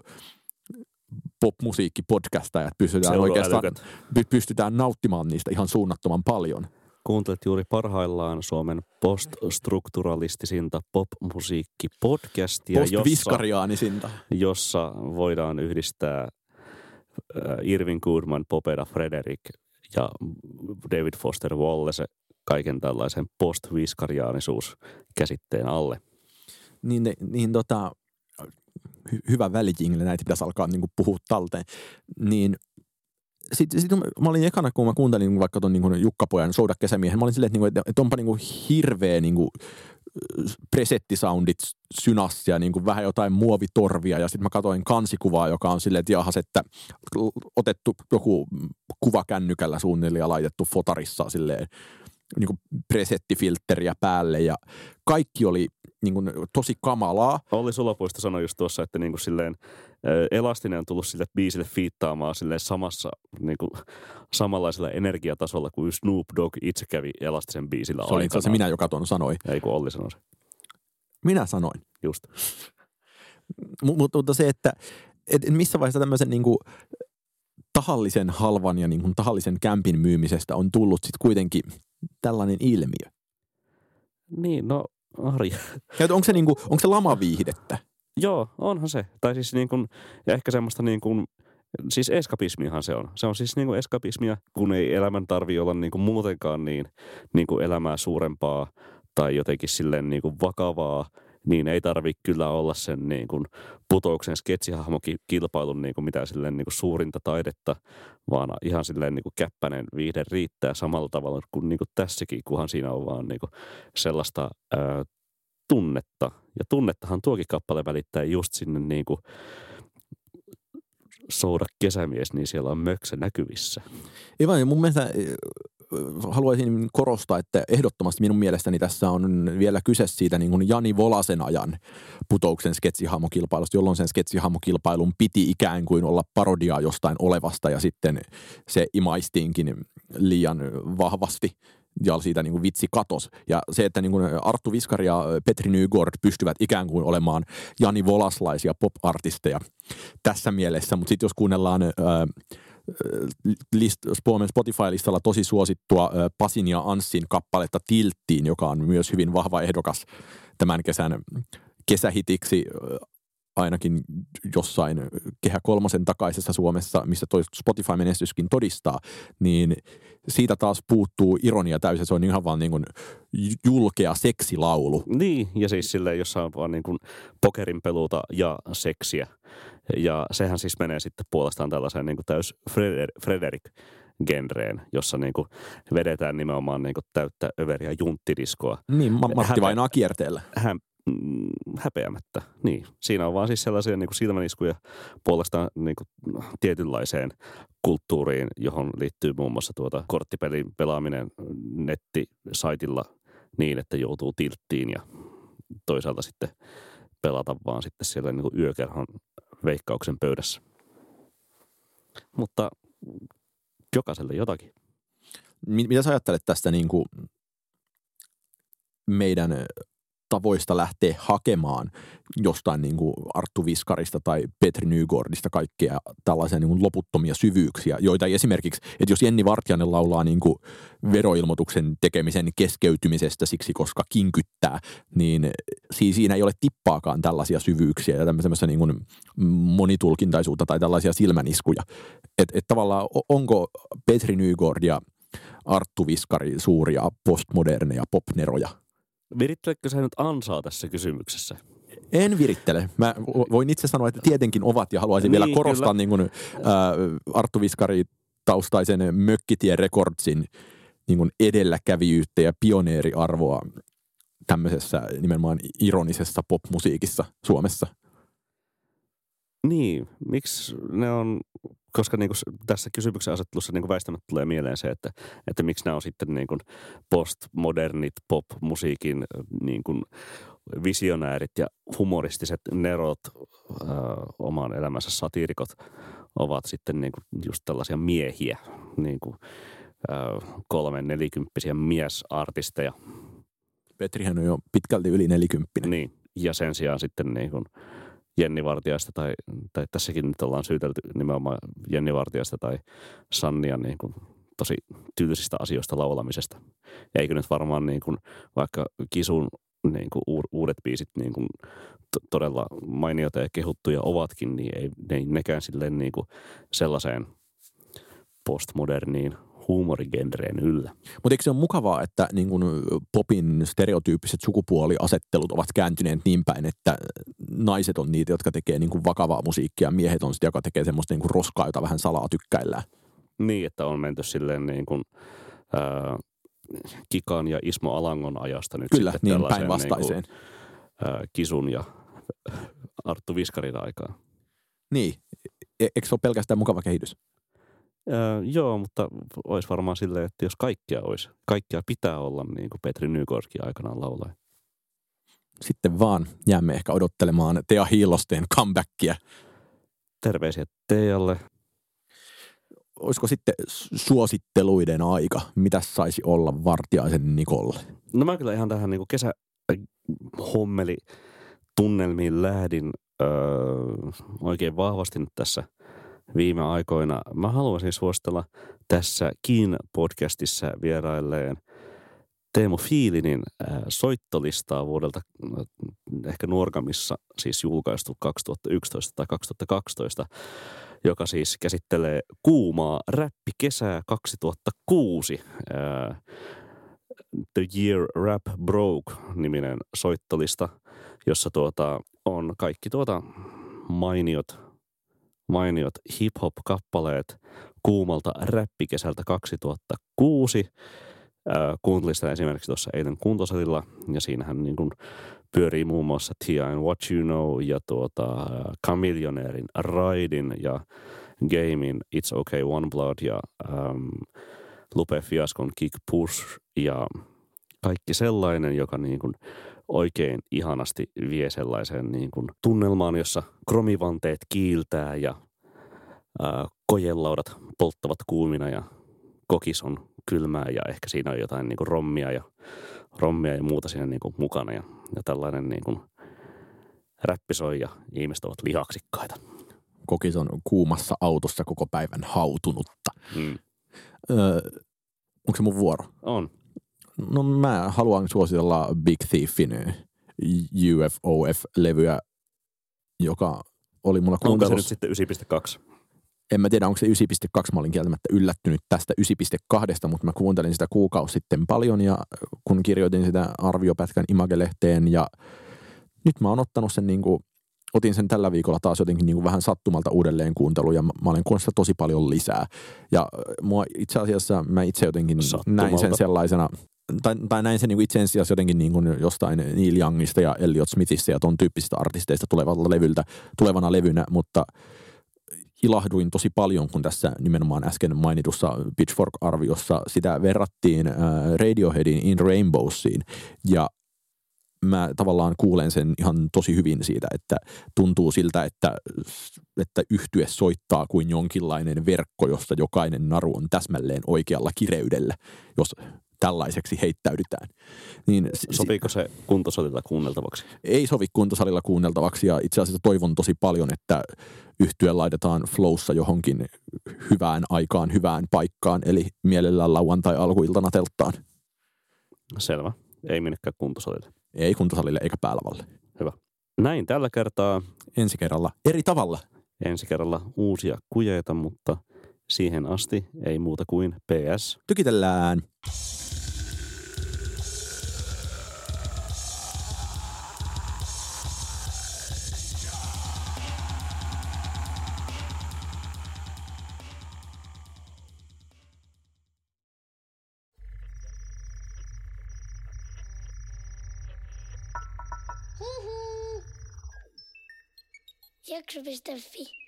pop-musiikkipodcastajat pystytään oikeastaan pystytään nauttimaan niistä ihan suunnattoman paljon. Kuuntelet juuri parhaillaan Suomen poststrukturalistisinta pop-musiikkipodcastia, Post-viskariaanisinta, jossa, jossa voidaan yhdistää Irving Goodman, Popeda Frederick ja David Foster Wallace kaiken tällaisen post-viskariaanisuus käsitteen alle. Niin, niin tota, hy- hyvä välijingle, näitä pitäisi alkaa niin kuin puhua talteen, niin Sitten sit, mä olin ekana, kun mä kuuntelin vaikka ton niin Jukka-pojan Souda kesämiehen, mä olin silleen, että, että, että onpa niin kuin hirveä niin kuin presettisoundit synassia, niin kuin vähän jotain muovitorvia, ja sitten mä katsoin kansikuvaa, joka on silleen, että jahas, että otettu joku kuva kännykällä suunnilleen ja laitettu fotarissa silleen niin kuin presettifiltteriä päälle, ja kaikki oli niin kuin tosi kamalaa. Olli Sulopuisto sanoi just tuossa, että niin kuin silleen Elastinen on tullut sille biisille fiittaamaan silleen samassa, niin kuin, samanlaisella energiatasolla kuin Snoop Dogg itse kävi Elastisen biisillä. Se oli itse asiassa minä, joka tuon sanoi. Ei kun Olli sanoi se. Minä sanoin. Just. M- mutta se, että et missä vaiheessa tämmöisen niin kuin tahallisen halvan ja niin kuin tahallisen kämpin myymisestä on tullut sitten kuitenkin tällainen ilmiö. Niin, no Arja. Onko se, niin kuin, onko se lamaviihdettä? Joo, onhan se. Tai siis niin kuin, ja ehkä semmoista niin kuin, siis eskapismiahan se on. Se on siis niin kuin eskapismia, kun ei elämän tarvitse olla niin kuin muutenkaan niin, niin kuin elämää suurempaa tai jotenkin silleen niin kuin vakavaa, niin ei tarvitse kyllä olla sen niin kuin Putouksen sketsihahmokilpailun niin kuin mitään silleen niin kuin suurinta taidetta, vaan ihan silleen niin kuin käppäinen viihde riittää samalla tavalla kuin, niin kuin tässäkin, kunhan siinä on vaan niin kuin sellaista ää, tunnetta. Ja tunnettahan tuokin kappale välittää just sinne niin kuin Souda kesämies, niin siellä on möksä näkyvissä. Ei vaan, mun mielestä haluaisin korostaa, että ehdottomasti minun mielestäni tässä on vielä kyse siitä niin kuin Jani Volasen ajan Putouksen sketsihahmokilpailusta, jolloin sen sketsihahmokilpailun piti ikään kuin olla parodiaa jostain olevasta ja sitten se imaistiinkin liian vahvasti ja siitä niin kuin vitsi katos. Ja se, että niin kuin Arttu Viskari ja Petri Nygård pystyvät ikään kuin olemaan Jani Volaslaisia pop-artisteja tässä mielessä, mutta sitten jos kuunnellaan ää, list, Spotify-listalla tosi suosittua ää, Pasin ja Anssin kappaletta Tilttiin, joka on myös hyvin vahva ehdokas tämän kesän kesähitiksi, ainakin jossain Kehä kolmosen takaisessa Suomessa, missä toi Spotify-menestyskin todistaa, niin siitä taas puuttuu ironia täysin. Se on ihan vaan niin kuin julkea seksilaulu. Niin, ja siis silleen, jossa on vaan niin kuin pokerin peluuta ja seksiä. Ja sehän siis menee sitten puolestaan tällaiseen niin kuin täys Freder- Frederick-genreen, jossa niin kuin vedetään nimenomaan niin kuin täyttä överiä junttidiskoa. Niin, Matti Vainaa kierteellä. Hän häpeämättä. Niin. Siinä on vaan siis sellaisia niin kuin silmäniskuja puolestaan niin kuin tietynlaiseen kulttuuriin, johon liittyy muun muassa tuota korttipelin pelaaminen nettisaitilla niin, että joutuu tilttiin ja toisaalta sitten pelata vaan sitten siellä niin kuin yökerhon Veikkauksen pöydässä. Mutta jokaiselle jotakin. Mitä sä ajattelet tästä niin kuin meidän tavoista lähteä hakemaan jostain niin kuin Arttu Viskarista tai Petri Nygårdista kaikkea tällaisia niin kuin loputtomia syvyyksiä, joita esimerkiksi, että jos Jenni Vartiainen laulaa niin kuin veroilmoituksen tekemisen keskeytymisestä siksi, koska kinkyttää, niin siinä ei ole tippaakaan tällaisia syvyyksiä ja tämmöistä niin kuin monitulkintaisuutta tai tällaisia silmäniskuja. Että et tavallaan onko Petri Nygård ja Arttu Viskari suuria postmoderneja popneroja? Virittelekö sä nyt ansaa tässä kysymyksessä? En virittele. Mä voin itse sanoa, että tietenkin ovat ja haluaisin niin, vielä korostaa niin kuin, ä, Arttu Viskari taustaisen Mökkitie Recordsin niin kuin edelläkävijyyttä ja pioneeriarvoa tämmöisessä nimenomaan ironisessa popmusiikissa Suomessa. Niin, miksi ne on, koska niinku tässä kysymyksen asettelussa niinku väistämättä tulee mieleen se, että, että miksi nämä on sitten niinku postmodernit pop-musiikin niinku visionäärit ja humoristiset nerot, äh, oman elämänsä satiirikot ovat sitten niinku just tällaisia miehiä, niinku äh, kolmen nelikymppisiä miesartisteja. Petrihän on jo pitkälti yli nelikymppinen. Niin, ja sen sijaan sitten niinku Jenni Vartiaista tai, tai tässäkin nyt ollaan syytelty nimenomaan Jenni Vartiaista tai Sannia niin kuin tosi tylsistä asioista laulamisesta. Eikö nyt varmaan niin kuin vaikka Kisun niin kuin uudet biisit niin kuin to- todella mainioita ja kehuttuja ovatkin, niin ei ne, nekään silleen niin kuin sellaiseen postmoderniin huumorigenreen yllä. Mutta eikö se ole mukavaa, että niin kun popin stereotyyppiset sukupuoliasettelut ovat kääntyneet niin päin, että naiset on niitä, jotka tekee niin kun vakavaa musiikkia, ja miehet on sitä, joka tekee semmoista niin kun roskaa, jota vähän salaa tykkäillään. Niin, että on menty silleen niin kuin ää, Kikan ja Ismo Alangon ajasta nyt Kyllä, sitten niin tällaiseen päinvastaiseen. Niin kuin, ää, Kisun ja Arttu Viskarin aikaan. Niin, e- eikö se ole pelkästään mukava kehitys? Öö, joo, mutta olisi varmaan silleen, että jos kaikkia olisi, kaikkia pitää olla niin kuin Petri Nykosky aikanaan laulaa. Sitten vaan jäämme ehkä odottelemaan Tea Hiilosteen comebackia. Terveisiä Tealle. Olisiko sitten suositteluiden aika? Mitäs saisi olla Vartiaisen Nikolle? No mä kyllä ihan tähän niin kuin kesähommeli tunnelmiin lähdin öö, oikein vahvasti nyt tässä viime aikoina. Mä haluaisin suositella tässä Kiin-podcastissa vierailleen Teemu Fiilinin äh, soittolistaa vuodelta äh, ehkä Nuorgamissa siis julkaistu kaksituhattayksitoista tai kaksituhattakaksitoista, joka siis käsittelee kuumaa räppikesää kaksituhattakuusi. Äh, The Year Rap Broke-niminen soittolista, jossa tuota on kaikki tuota mainiot mainiot hip-hop-kappaleet kuumalta räppikesältä kaksituhattakuusi. Äh, kuuntelin sitä esimerkiksi tuossa eilen kuntosalilla, ja siinähän niin kuin pyörii muun muassa T I What You Know ja tuota, Chameleonairin Raidin ja Gamein It's Okay One Blood ja ähm, Lupe Fiaskon Kick Push ja kaikki sellainen, joka niin kuin oikein ihanasti vie sellaiseen niin kuin tunnelmaan, jossa kromivanteet kiiltää ja ää, kojelaudat polttavat kuumina ja kokis on kylmää ja ehkä siinä on jotain niin kuin rommia ja rommia ja muuta siinä niin kuin mukana ja, ja tällainen niin kuin räppi soi ja ihmiset ovat lihaksikkaita. Kokis on kuumassa autossa koko päivän hautunutta. Mm. Öö, onko se mun vuoro? On. No mä haluan suositella Big Thiefin U F O F-levyä, joka oli mulla kuuntelussa. Onko se nyt sitten yhdeksän pilkku kaksi? En mä tiedä, onko se yhdeksän pilkku kaksi. Mä olin kieltämättä yllättynyt tästä yhdeksän pilkku kaksi, mutta mä kuuntelin sitä kuukausi sitten paljon ja kun kirjoitin sitä arviopätkän Image-lehteen ja nyt mä oon ottanut sen niin kuin, otin sen tällä viikolla taas jotenkin niin kuin vähän sattumalta uudelleen kuunteluun ja mä olen kuunnellut sitä tosi paljon lisää. Ja mua itse asiassa mä itse jotenkin sattumalta näin sen sellaisena, tai, tai näin sen niin kuin itse asiassa jotenkin niin kuin jostain Neil Youngista ja Elliot Smithistä ja ton tyyppisistä artisteista tulevalta levyltä, tulevana levynä, mutta ilahduin tosi paljon, kun tässä nimenomaan äsken mainitussa Pitchfork-arviossa sitä verrattiin äh, Radioheadin In Rainbowsiin ja mä tavallaan kuulen sen ihan tosi hyvin siitä, että tuntuu siltä, että, että yhtye soittaa kuin jonkinlainen verkko, josta jokainen naru on täsmälleen oikealla kireydellä, jos tällaiseksi heittäydytään. Niin, Sopiiko se kuntosalilla kuunneltavaksi? Ei sovi kuntosalilla kuunneltavaksi ja itse asiassa toivon tosi paljon, että yhtye laitetaan flowssa johonkin hyvään aikaan, hyvään paikkaan, eli mielellään lauantai-alkuiltana telttaan. Selvä. Ei minnekään kuntosalille. Ei kuntosalille eikä päälavalle. Hyvä. Näin tällä kertaa. Ensi kerralla eri tavalla. Ensi kerralla uusia kujeita, mutta siihen asti ei muuta kuin P S. Tykitellään. Jakso piste fi